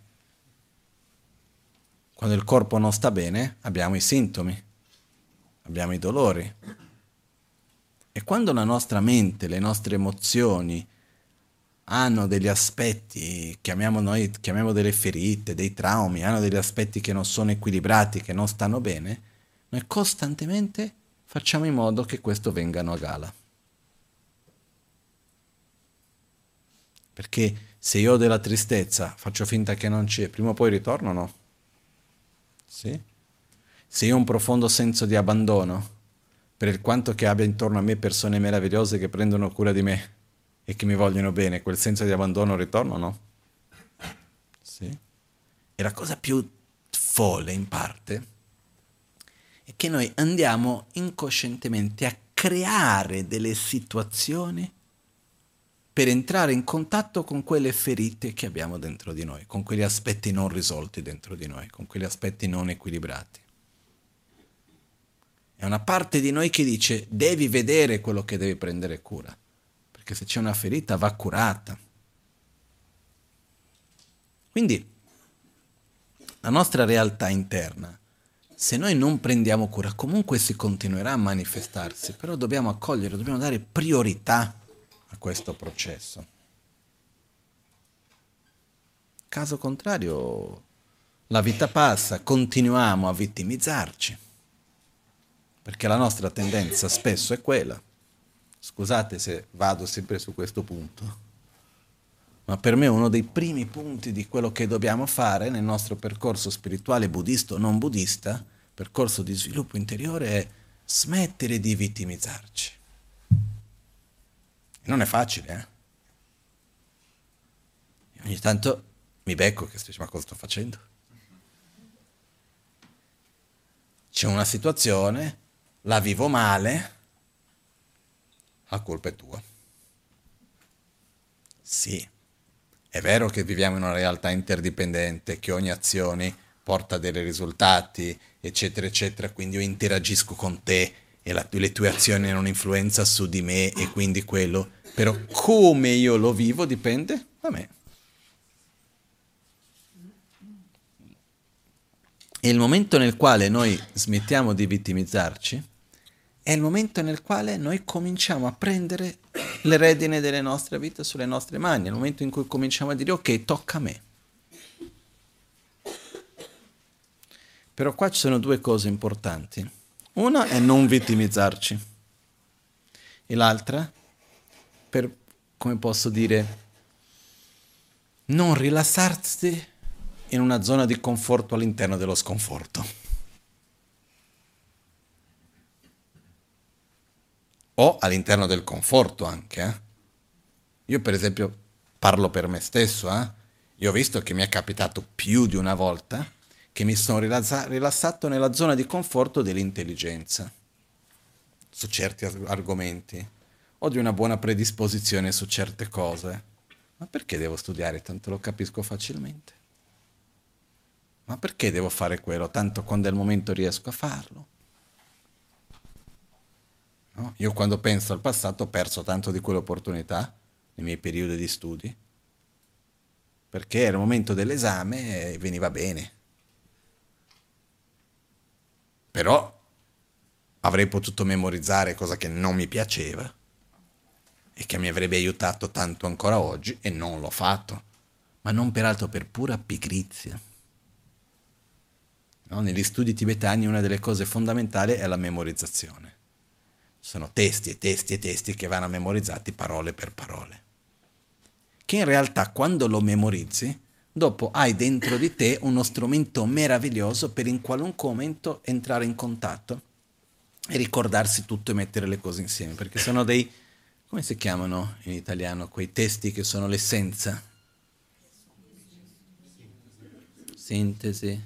A: Quando il corpo non sta bene, abbiamo i sintomi, abbiamo i dolori. E quando la nostra mente, le nostre emozioni hanno degli aspetti, chiamiamo delle ferite, dei traumi, hanno degli aspetti che non sono equilibrati, che non stanno bene, noi costantemente facciamo in modo che questo vengano a gala. Perché se io ho della tristezza, faccio finta che non c'è, prima o poi ritorno, no? Sì? Se io ho un profondo senso di abbandono, per il quanto che abbia intorno a me persone meravigliose che prendono cura di me e che mi vogliono bene, quel senso di abbandono ritorna, no? Sì? E la cosa più folle, in parte, è che noi andiamo incoscientemente a creare delle situazioni per entrare in contatto con quelle ferite che abbiamo dentro di noi, con quegli aspetti non risolti dentro di noi, con quegli aspetti non equilibrati. È una parte di noi che dice: devi vedere quello che devi prendere cura, perché se c'è una ferita va curata. Quindi la nostra realtà interna, se noi non prendiamo cura, comunque si continuerà a manifestarsi, però dobbiamo accogliere, dobbiamo dare priorità a questo processo. Caso contrario, la vita passa, continuiamo a vittimizzarci, perché la nostra tendenza spesso è quella. Scusate se vado sempre su questo punto, ma per me uno dei primi punti di quello che dobbiamo fare nel nostro percorso spirituale, buddista o non buddista, percorso di sviluppo interiore, è smettere di vittimizzarci. E non è facile, eh? Ogni tanto mi becco che sto dicendo: ma cosa sto facendo? C'è una situazione, la vivo male, la colpa è tua. Sì, è vero che viviamo in una realtà interdipendente, che ogni azione porta a dei risultati, eccetera, eccetera, quindi io interagisco con te e le tue azioni hanno un'influenza su di me e quindi quello, però come io lo vivo dipende da me. E il momento nel quale noi smettiamo di vittimizzarci è il momento nel quale noi cominciamo a prendere le redine delle nostre vite sulle nostre mani, è il momento in cui cominciamo a dire: ok, tocca a me. Però qua ci sono due cose importanti. Una è non vittimizzarci e l'altra, come posso dire, non rilassarsi in una zona di conforto all'interno dello sconforto. o all'interno del conforto anche. Io per esempio parlo per me stesso, io ho visto che mi è capitato più di una volta che mi sono rilassato nella zona di conforto dell'intelligenza su certi argomenti o di una buona predisposizione su certe cose. Ma perché devo studiare? Tanto lo capisco facilmente. Ma perché devo fare quello? Tanto quando è il momento riesco a farlo. No? Io quando penso al passato ho perso tanto di quell'opportunità nei miei periodi di studi, perché era il momento dell'esame e veniva bene. Però avrei potuto memorizzare cosa che non mi piaceva e che mi avrebbe aiutato tanto ancora oggi e non l'ho fatto, ma non peraltro per pura pigrizia. No? Negli studi tibetani una delle cose fondamentali è la memorizzazione. Sono testi e testi e testi che vanno memorizzati parole per parole. Che in realtà quando lo memorizzi, dopo hai dentro di te uno strumento meraviglioso per in qualunque momento entrare in contatto e ricordarsi tutto e mettere le cose insieme, perché sono dei, come si chiamano in italiano, quei testi che sono l'essenza? Sintesi,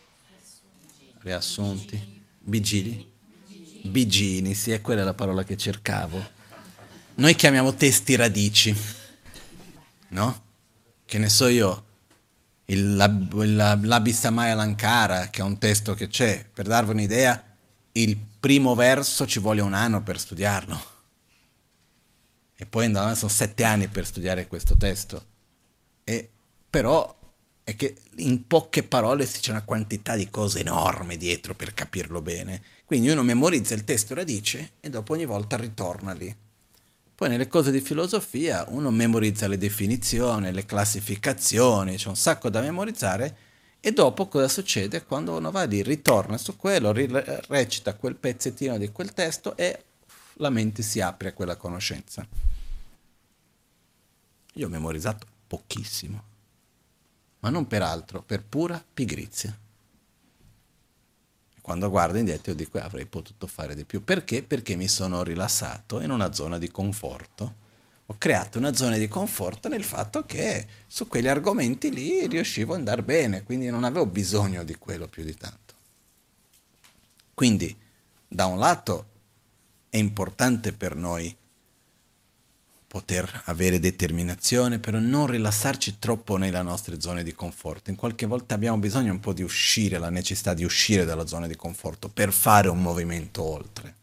A: riassunti, vigili? Bigini, sì, è quella la parola che cercavo. Noi chiamiamo testi radici, no? Che ne so io, l'Abhisamaya Lankara, che è un testo che c'è, per darvi un'idea, il primo verso ci vuole un anno per studiarlo. E poi sono 7 anni per studiare questo testo. E, però è che in poche parole c'è una quantità di cose enorme dietro per capirlo bene. Quindi uno memorizza il testo radice e dopo ogni volta ritorna lì. Poi nelle cose di filosofia uno memorizza le definizioni, le classificazioni, c'è un sacco da memorizzare e dopo cosa succede? Quando uno va lì, ritorna su quello, recita quel pezzettino di quel testo e la mente si apre a quella conoscenza. Io ho memorizzato pochissimo, ma non per altro, per pura pigrizia. Quando guardo indietro dico avrei potuto fare di più. Perché? Perché mi sono rilassato in una zona di conforto. Ho creato una zona di conforto nel fatto che su quegli argomenti lì riuscivo ad andare bene, quindi non avevo bisogno di quello più di tanto. Quindi, da un lato, è importante per noi poter avere determinazione, però non rilassarci troppo nelle nostre zone di conforto. In qualche volta abbiamo bisogno un po' di uscire, la necessità di uscire dalla zona di conforto per fare un movimento oltre.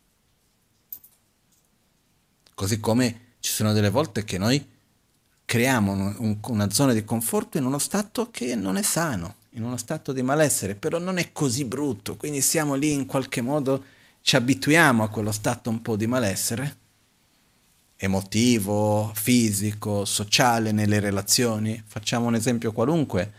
A: Così come ci sono delle volte che noi creiamo una zona di conforto in uno stato che non è sano, in uno stato di malessere, però non è così brutto, quindi siamo lì in qualche modo, ci abituiamo a quello stato un po' di malessere, emotivo, fisico, sociale, nelle relazioni. Facciamo un esempio qualunque,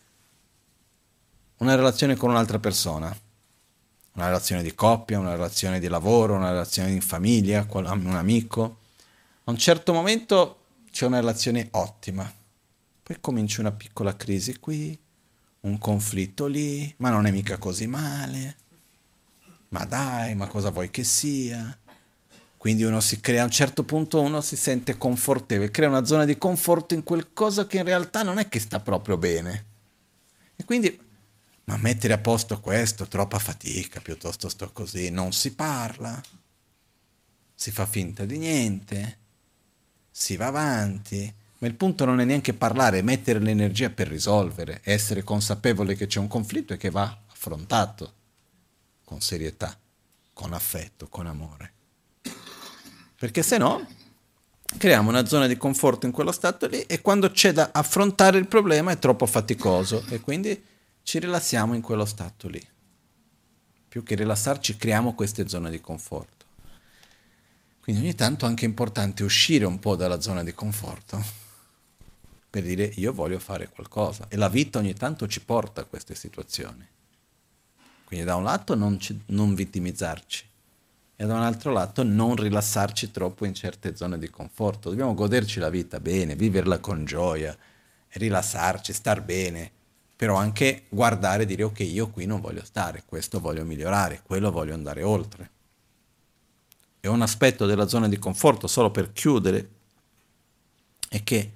A: una relazione con un'altra persona, una relazione di coppia, una relazione di lavoro, una relazione in famiglia, un amico. A un certo momento c'è una relazione ottima, poi comincia una piccola crisi qui, un conflitto lì, ma non è mica così male, ma dai, ma cosa vuoi che sia? Quindi uno si crea, a un certo punto uno si sente confortevole, crea una zona di conforto in qualcosa che in realtà non è che sta proprio bene. E quindi, ma mettere a posto questo, troppa fatica, piuttosto sto così, non si parla, si fa finta di niente, si va avanti, ma il punto non è neanche parlare, è mettere l'energia per risolvere, essere consapevole che c'è un conflitto e che va affrontato con serietà, con affetto, con amore. Perché se no creiamo una zona di conforto in quello stato lì e quando c'è da affrontare il problema è troppo faticoso e quindi ci rilassiamo in quello stato lì. Più che rilassarci creiamo queste zone di conforto. Quindi ogni tanto è anche importante uscire un po' dalla zona di conforto per dire io voglio fare qualcosa e la vita ogni tanto ci porta a queste situazioni. Quindi da un lato non vittimizzarci e da un altro lato non rilassarci troppo in certe zone di conforto. Dobbiamo goderci la vita bene, viverla con gioia, rilassarci, star bene, però anche guardare e dire ok, io qui non voglio stare, questo voglio migliorare, quello voglio andare oltre. E un aspetto della zona di conforto, solo per chiudere, è che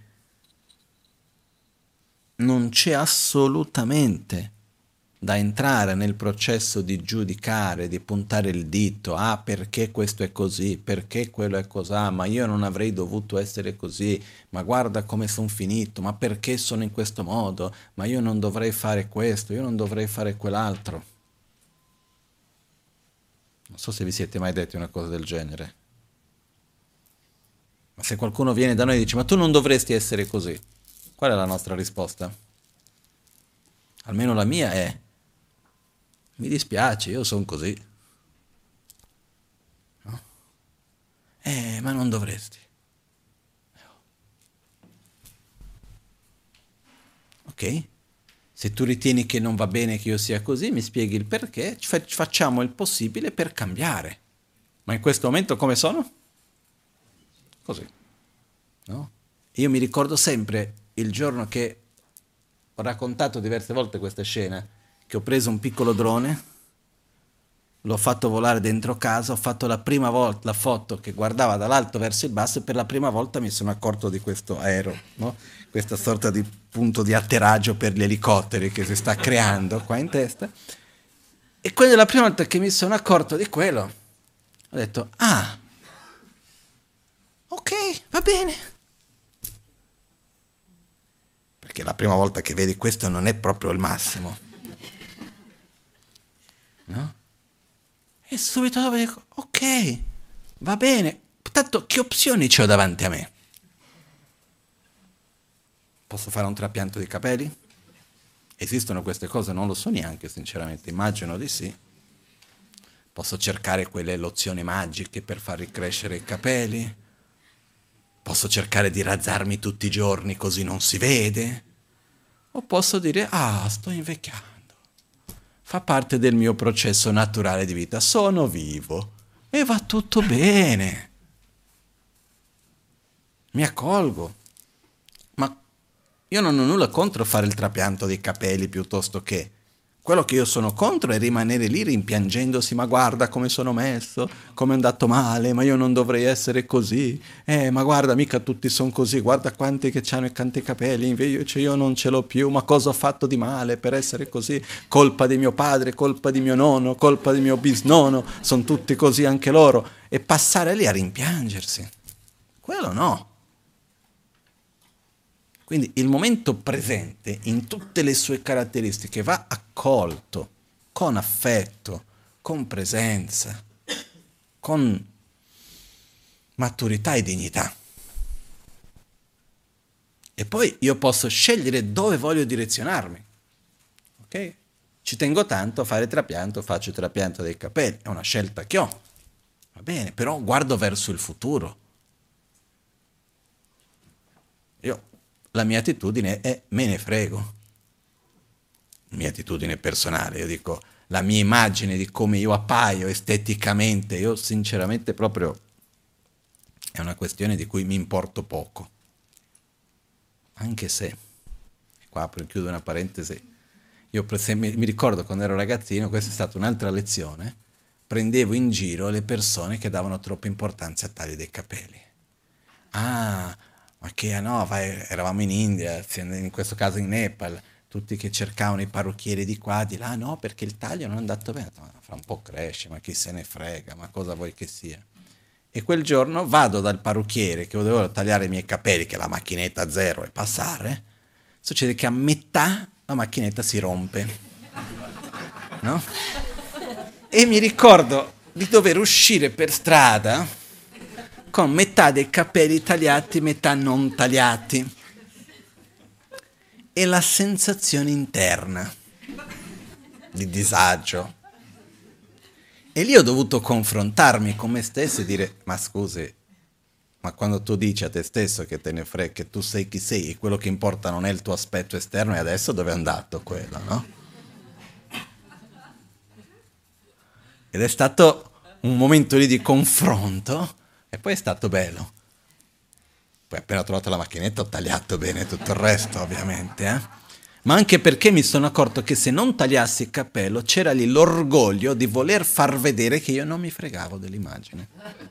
A: non c'è assolutamente da entrare nel processo di giudicare, di puntare il dito, ah perché questo è così, perché quello è così, ma io non avrei dovuto essere così, ma guarda come sono finito, ma perché sono in questo modo, ma io non dovrei fare questo, io non dovrei fare quell'altro. Non so se vi siete mai detti una cosa del genere. Ma se qualcuno viene da noi e dice ma tu non dovresti essere così, qual è la nostra risposta? Almeno la mia è mi dispiace, io sono così. No? Ma non dovresti. Ok? Se tu ritieni che non va bene che io sia così, mi spieghi il perché, facciamo il possibile per cambiare. Ma in questo momento come sono? Così. No? Io mi ricordo sempre il giorno che ho raccontato diverse volte questa scena, che ho preso un piccolo drone, l'ho fatto volare dentro casa, ho fatto la prima volta la foto che guardava dall'alto verso il basso e per la prima volta mi sono accorto di questo aereo, no? Questa sorta di punto di atterraggio per gli elicotteri che si sta creando qua in testa. E quella è la prima volta che mi sono accorto di quello. Ho detto, ah, ok, va bene. Perché la prima volta che vedi questo non è proprio il massimo. No? E subito dopo dico, ok, va bene, tanto che opzioni c'ho davanti a me? Posso fare un trapianto di capelli? Esistono queste cose? Non lo so neanche, sinceramente, immagino di sì. Posso cercare quelle lozioni magiche per far ricrescere i capelli? Posso cercare di razzarmi tutti i giorni così non si vede? O posso dire, ah, sto invecchiando. Fa parte del mio processo naturale di vita, sono vivo e va tutto bene. Mi accolgo. Ma io non ho nulla contro fare il trapianto dei capelli piuttosto che. Quello che io sono contro è rimanere lì rimpiangendosi, ma guarda come sono messo, come è andato male, ma io non dovrei essere così. Ma guarda, mica tutti sono così, guarda quanti che hanno tanti capelli, invece io non ce l'ho più, ma cosa ho fatto di male per essere così? Colpa di mio padre, colpa di mio nonno, colpa di mio bisnonno, sono tutti così anche loro. E passare lì a rimpiangersi. Quello no. Quindi il momento presente, in tutte le sue caratteristiche, va accolto con affetto, con presenza, con maturità e dignità. E poi io posso scegliere dove voglio direzionarmi. Ok? Ci tengo tanto a fare trapianto, faccio il trapianto dei capelli, è una scelta che ho. Va bene, però guardo verso il futuro. La mia attitudine è me ne frego. Mia attitudine personale, io dico, la mia immagine di come io appaio esteticamente, io sinceramente proprio è una questione di cui mi importo poco. Anche se, qua apro e chiudo una parentesi, io mi ricordo quando ero ragazzino, questa è stata un'altra lezione, prendevo in giro le persone che davano troppa importanza al taglio dei capelli. Ah, ma che no, eravamo in India, in questo caso in Nepal, tutti che cercavano i parrucchieri di qua, di là, no, perché il taglio non è andato bene. Ma fra un po' cresce, ma chi se ne frega, ma cosa vuoi che sia? E quel giorno vado dal parrucchiere che dovevo tagliare i miei capelli, che la macchinetta zero e passare, succede che a metà la macchinetta si rompe, no? E mi ricordo di dover uscire per strada con metà dei capelli tagliati, metà non tagliati. E la sensazione interna di disagio. E lì ho dovuto confrontarmi con me stesso e dire, ma scusi, ma quando tu dici a te stesso che te ne frega, che tu sei chi sei e quello che importa non è il tuo aspetto esterno, e adesso dove è andato quello, no? Ed è stato un momento lì di confronto e poi è stato bello. Poi appena ho trovato la macchinetta ho tagliato bene tutto il resto, ovviamente, ma anche perché mi sono accorto che se non tagliassi il cappello c'era lì l'orgoglio di voler far vedere che io non mi fregavo dell'immagine.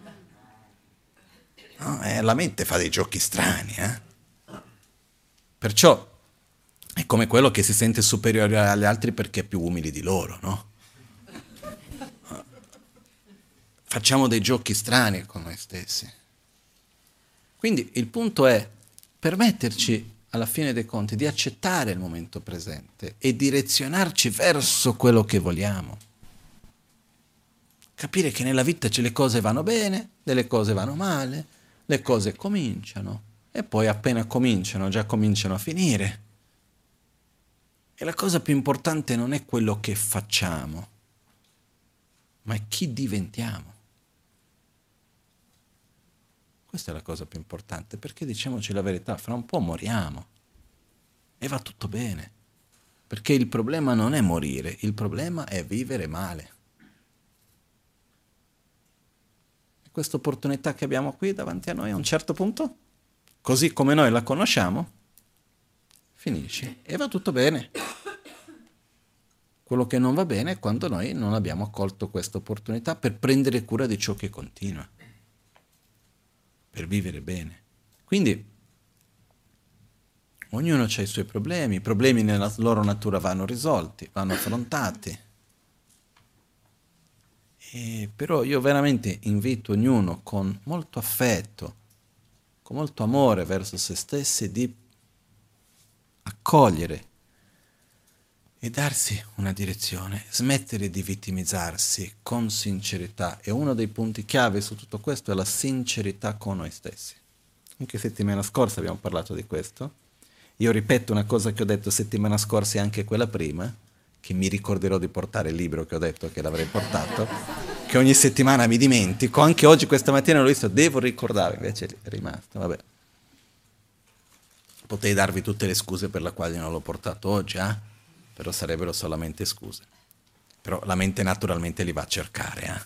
A: No, la mente fa dei giochi strani, eh? Perciò è come quello che si sente superiore agli altri perché è più umile di loro, no? Facciamo dei giochi strani con noi stessi. Quindi il punto è permetterci, alla fine dei conti, di accettare il momento presente e direzionarci verso quello che vogliamo. Capire che nella vita le cose vanno bene, delle cose vanno male, le cose cominciano e poi appena cominciano, già cominciano a finire. E la cosa più importante non è quello che facciamo, ma è chi diventiamo. Questa è la cosa più importante, perché diciamoci la verità, fra un po' moriamo e va tutto bene, perché il problema non è morire, il problema è vivere male. E questa opportunità che abbiamo qui davanti a noi a un certo punto, così come noi la conosciamo, finisce e va tutto bene. Quello che non va bene è quando noi non abbiamo colto questa opportunità per prendere cura di ciò che continua, per vivere bene. Quindi ognuno ha i suoi problemi, i problemi nella loro natura vanno risolti, vanno affrontati. Però io veramente invito ognuno con molto affetto, con molto amore verso se stessi, di accogliere e darsi una direzione, smettere di vittimizzarsi con sincerità. E uno dei punti chiave su tutto questo è la sincerità con noi stessi. Anche settimana scorsa abbiamo parlato di questo. Io ripeto una cosa che ho detto settimana scorsa e anche quella prima, che mi ricorderò di portare il libro che ho detto che l'avrei portato, che ogni settimana mi dimentico. Anche oggi, questa mattina, l'ho visto, devo ricordare, invece è rimasto, vabbè. Potei darvi tutte le scuse per le quali non l'ho portato oggi, però sarebbero solamente scuse. Però la mente naturalmente li va a cercare.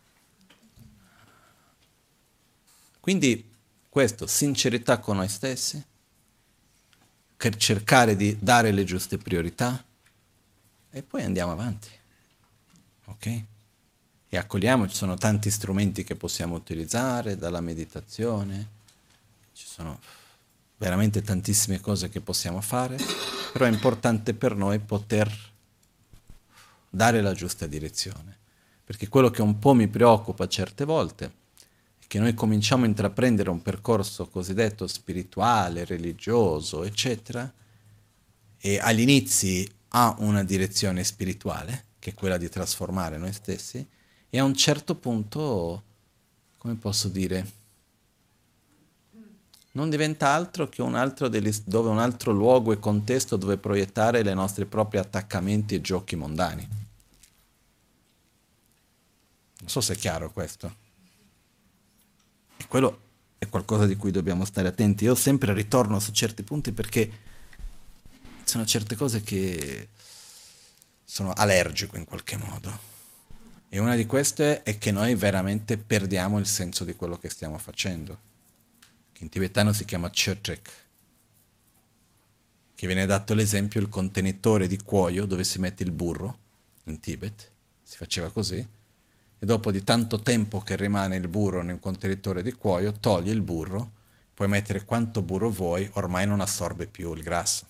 A: Quindi questo, sincerità con noi stessi, per cercare di dare le giuste priorità e poi andiamo avanti. Ok? E accogliamo, ci sono tanti strumenti che possiamo utilizzare, dalla meditazione, ci sono veramente tantissime cose che possiamo fare, però è importante per noi poter dare la giusta direzione, perché quello che un po' mi preoccupa certe volte è che noi cominciamo a intraprendere un percorso cosiddetto spirituale, religioso, eccetera, e agli inizi ha una direzione spirituale, che è quella di trasformare noi stessi, e a un certo punto, come posso dire, non diventa altro che un altro luogo e contesto dove proiettare le nostre proprie attaccamenti e giochi mondani. Non so se è chiaro questo. E quello è qualcosa di cui dobbiamo stare attenti. Io sempre ritorno su certi punti perché sono certe cose che sono allergico in qualche modo. E una di queste è che noi veramente perdiamo il senso di quello che stiamo facendo. In tibetano si chiama Chotrek, che viene dato l'esempio il contenitore di cuoio dove si mette il burro, in Tibet, si faceva così, e dopo di tanto tempo che rimane il burro nel contenitore di cuoio, togli il burro, puoi mettere quanto burro vuoi, ormai non assorbe più il grasso.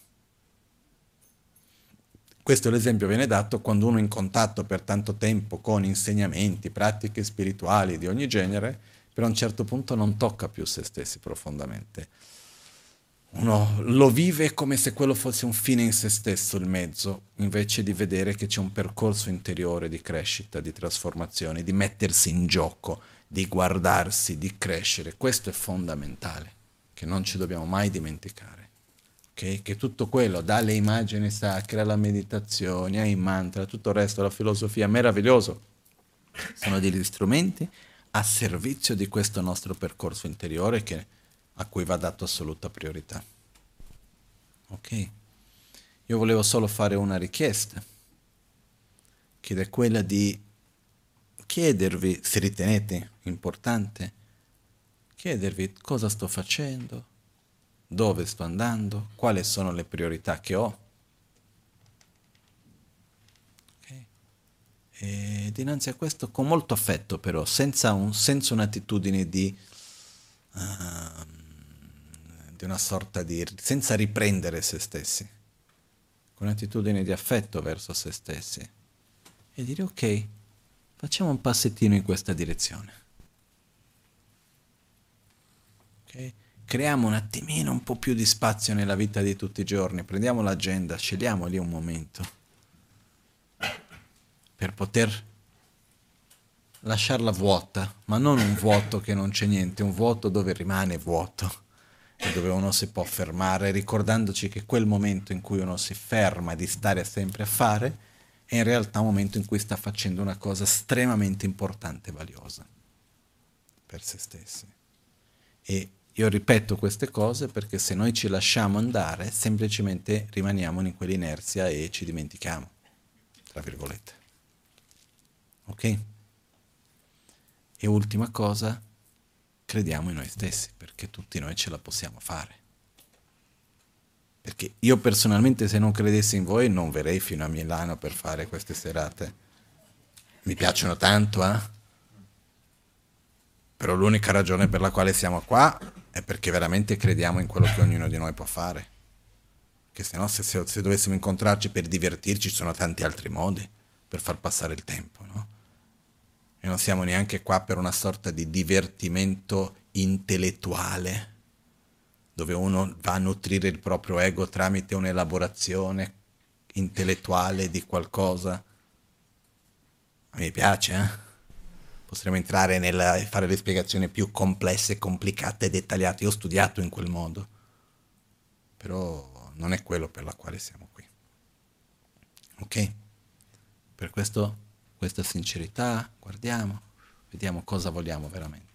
A: Questo l'esempio viene dato quando uno è in contatto per tanto tempo con insegnamenti, pratiche spirituali di ogni genere, però a un certo punto non tocca più se stessi profondamente. Uno lo vive come se quello fosse un fine in se stesso, il mezzo, invece di vedere che c'è un percorso interiore di crescita, di trasformazione, di mettersi in gioco, di guardarsi, di crescere. Questo è fondamentale, che non ci dobbiamo mai dimenticare. Okay? Che tutto quello, dalle immagini sacre alla meditazione, ai mantra, tutto il resto, la filosofia, meraviglioso, sono degli strumenti a servizio di questo nostro percorso interiore a cui va dato assoluta priorità. Ok? Io volevo solo fare una richiesta, che è quella di chiedervi, se ritenete importante, chiedervi cosa sto facendo, dove sto andando, quali sono le priorità che ho, E dinanzi a questo, con molto affetto però, senza un'attitudine di una sorta di... senza riprendere se stessi, con un'attitudine di affetto verso se stessi e dire ok, facciamo un passettino in questa direzione. Okay? Creiamo un attimino un po' più di spazio nella vita di tutti i giorni, prendiamo l'agenda, scegliamo lì un momento per poter lasciarla vuota, ma non un vuoto che non c'è niente, un vuoto dove rimane vuoto e dove uno si può fermare ricordandoci che quel momento in cui uno si ferma di stare sempre a fare è in realtà un momento in cui sta facendo una cosa estremamente importante e valiosa per se stessi. E io ripeto queste cose perché se noi ci lasciamo andare, semplicemente rimaniamo in quell'inerzia e ci dimentichiamo, tra virgolette. Ok? E ultima cosa, crediamo in noi stessi, perché tutti noi ce la possiamo fare. Perché io personalmente se non credessi in voi non verrei fino a Milano per fare queste serate. Mi piacciono tanto, eh? Però l'unica ragione per la quale siamo qua è perché veramente crediamo in quello che ognuno di noi può fare. Che se no, se dovessimo incontrarci per divertirci, ci sono tanti altri modi per far passare il tempo, no? E non siamo neanche qua per una sorta di divertimento intellettuale, dove uno va a nutrire il proprio ego tramite un'elaborazione intellettuale di qualcosa. A me piace, eh? Potremmo entrare e fare le spiegazioni più complesse, complicate e dettagliate. Io ho studiato in quel modo, però non è quello per la quale siamo qui. Ok? Per questo, questa sincerità, guardiamo, vediamo cosa vogliamo veramente.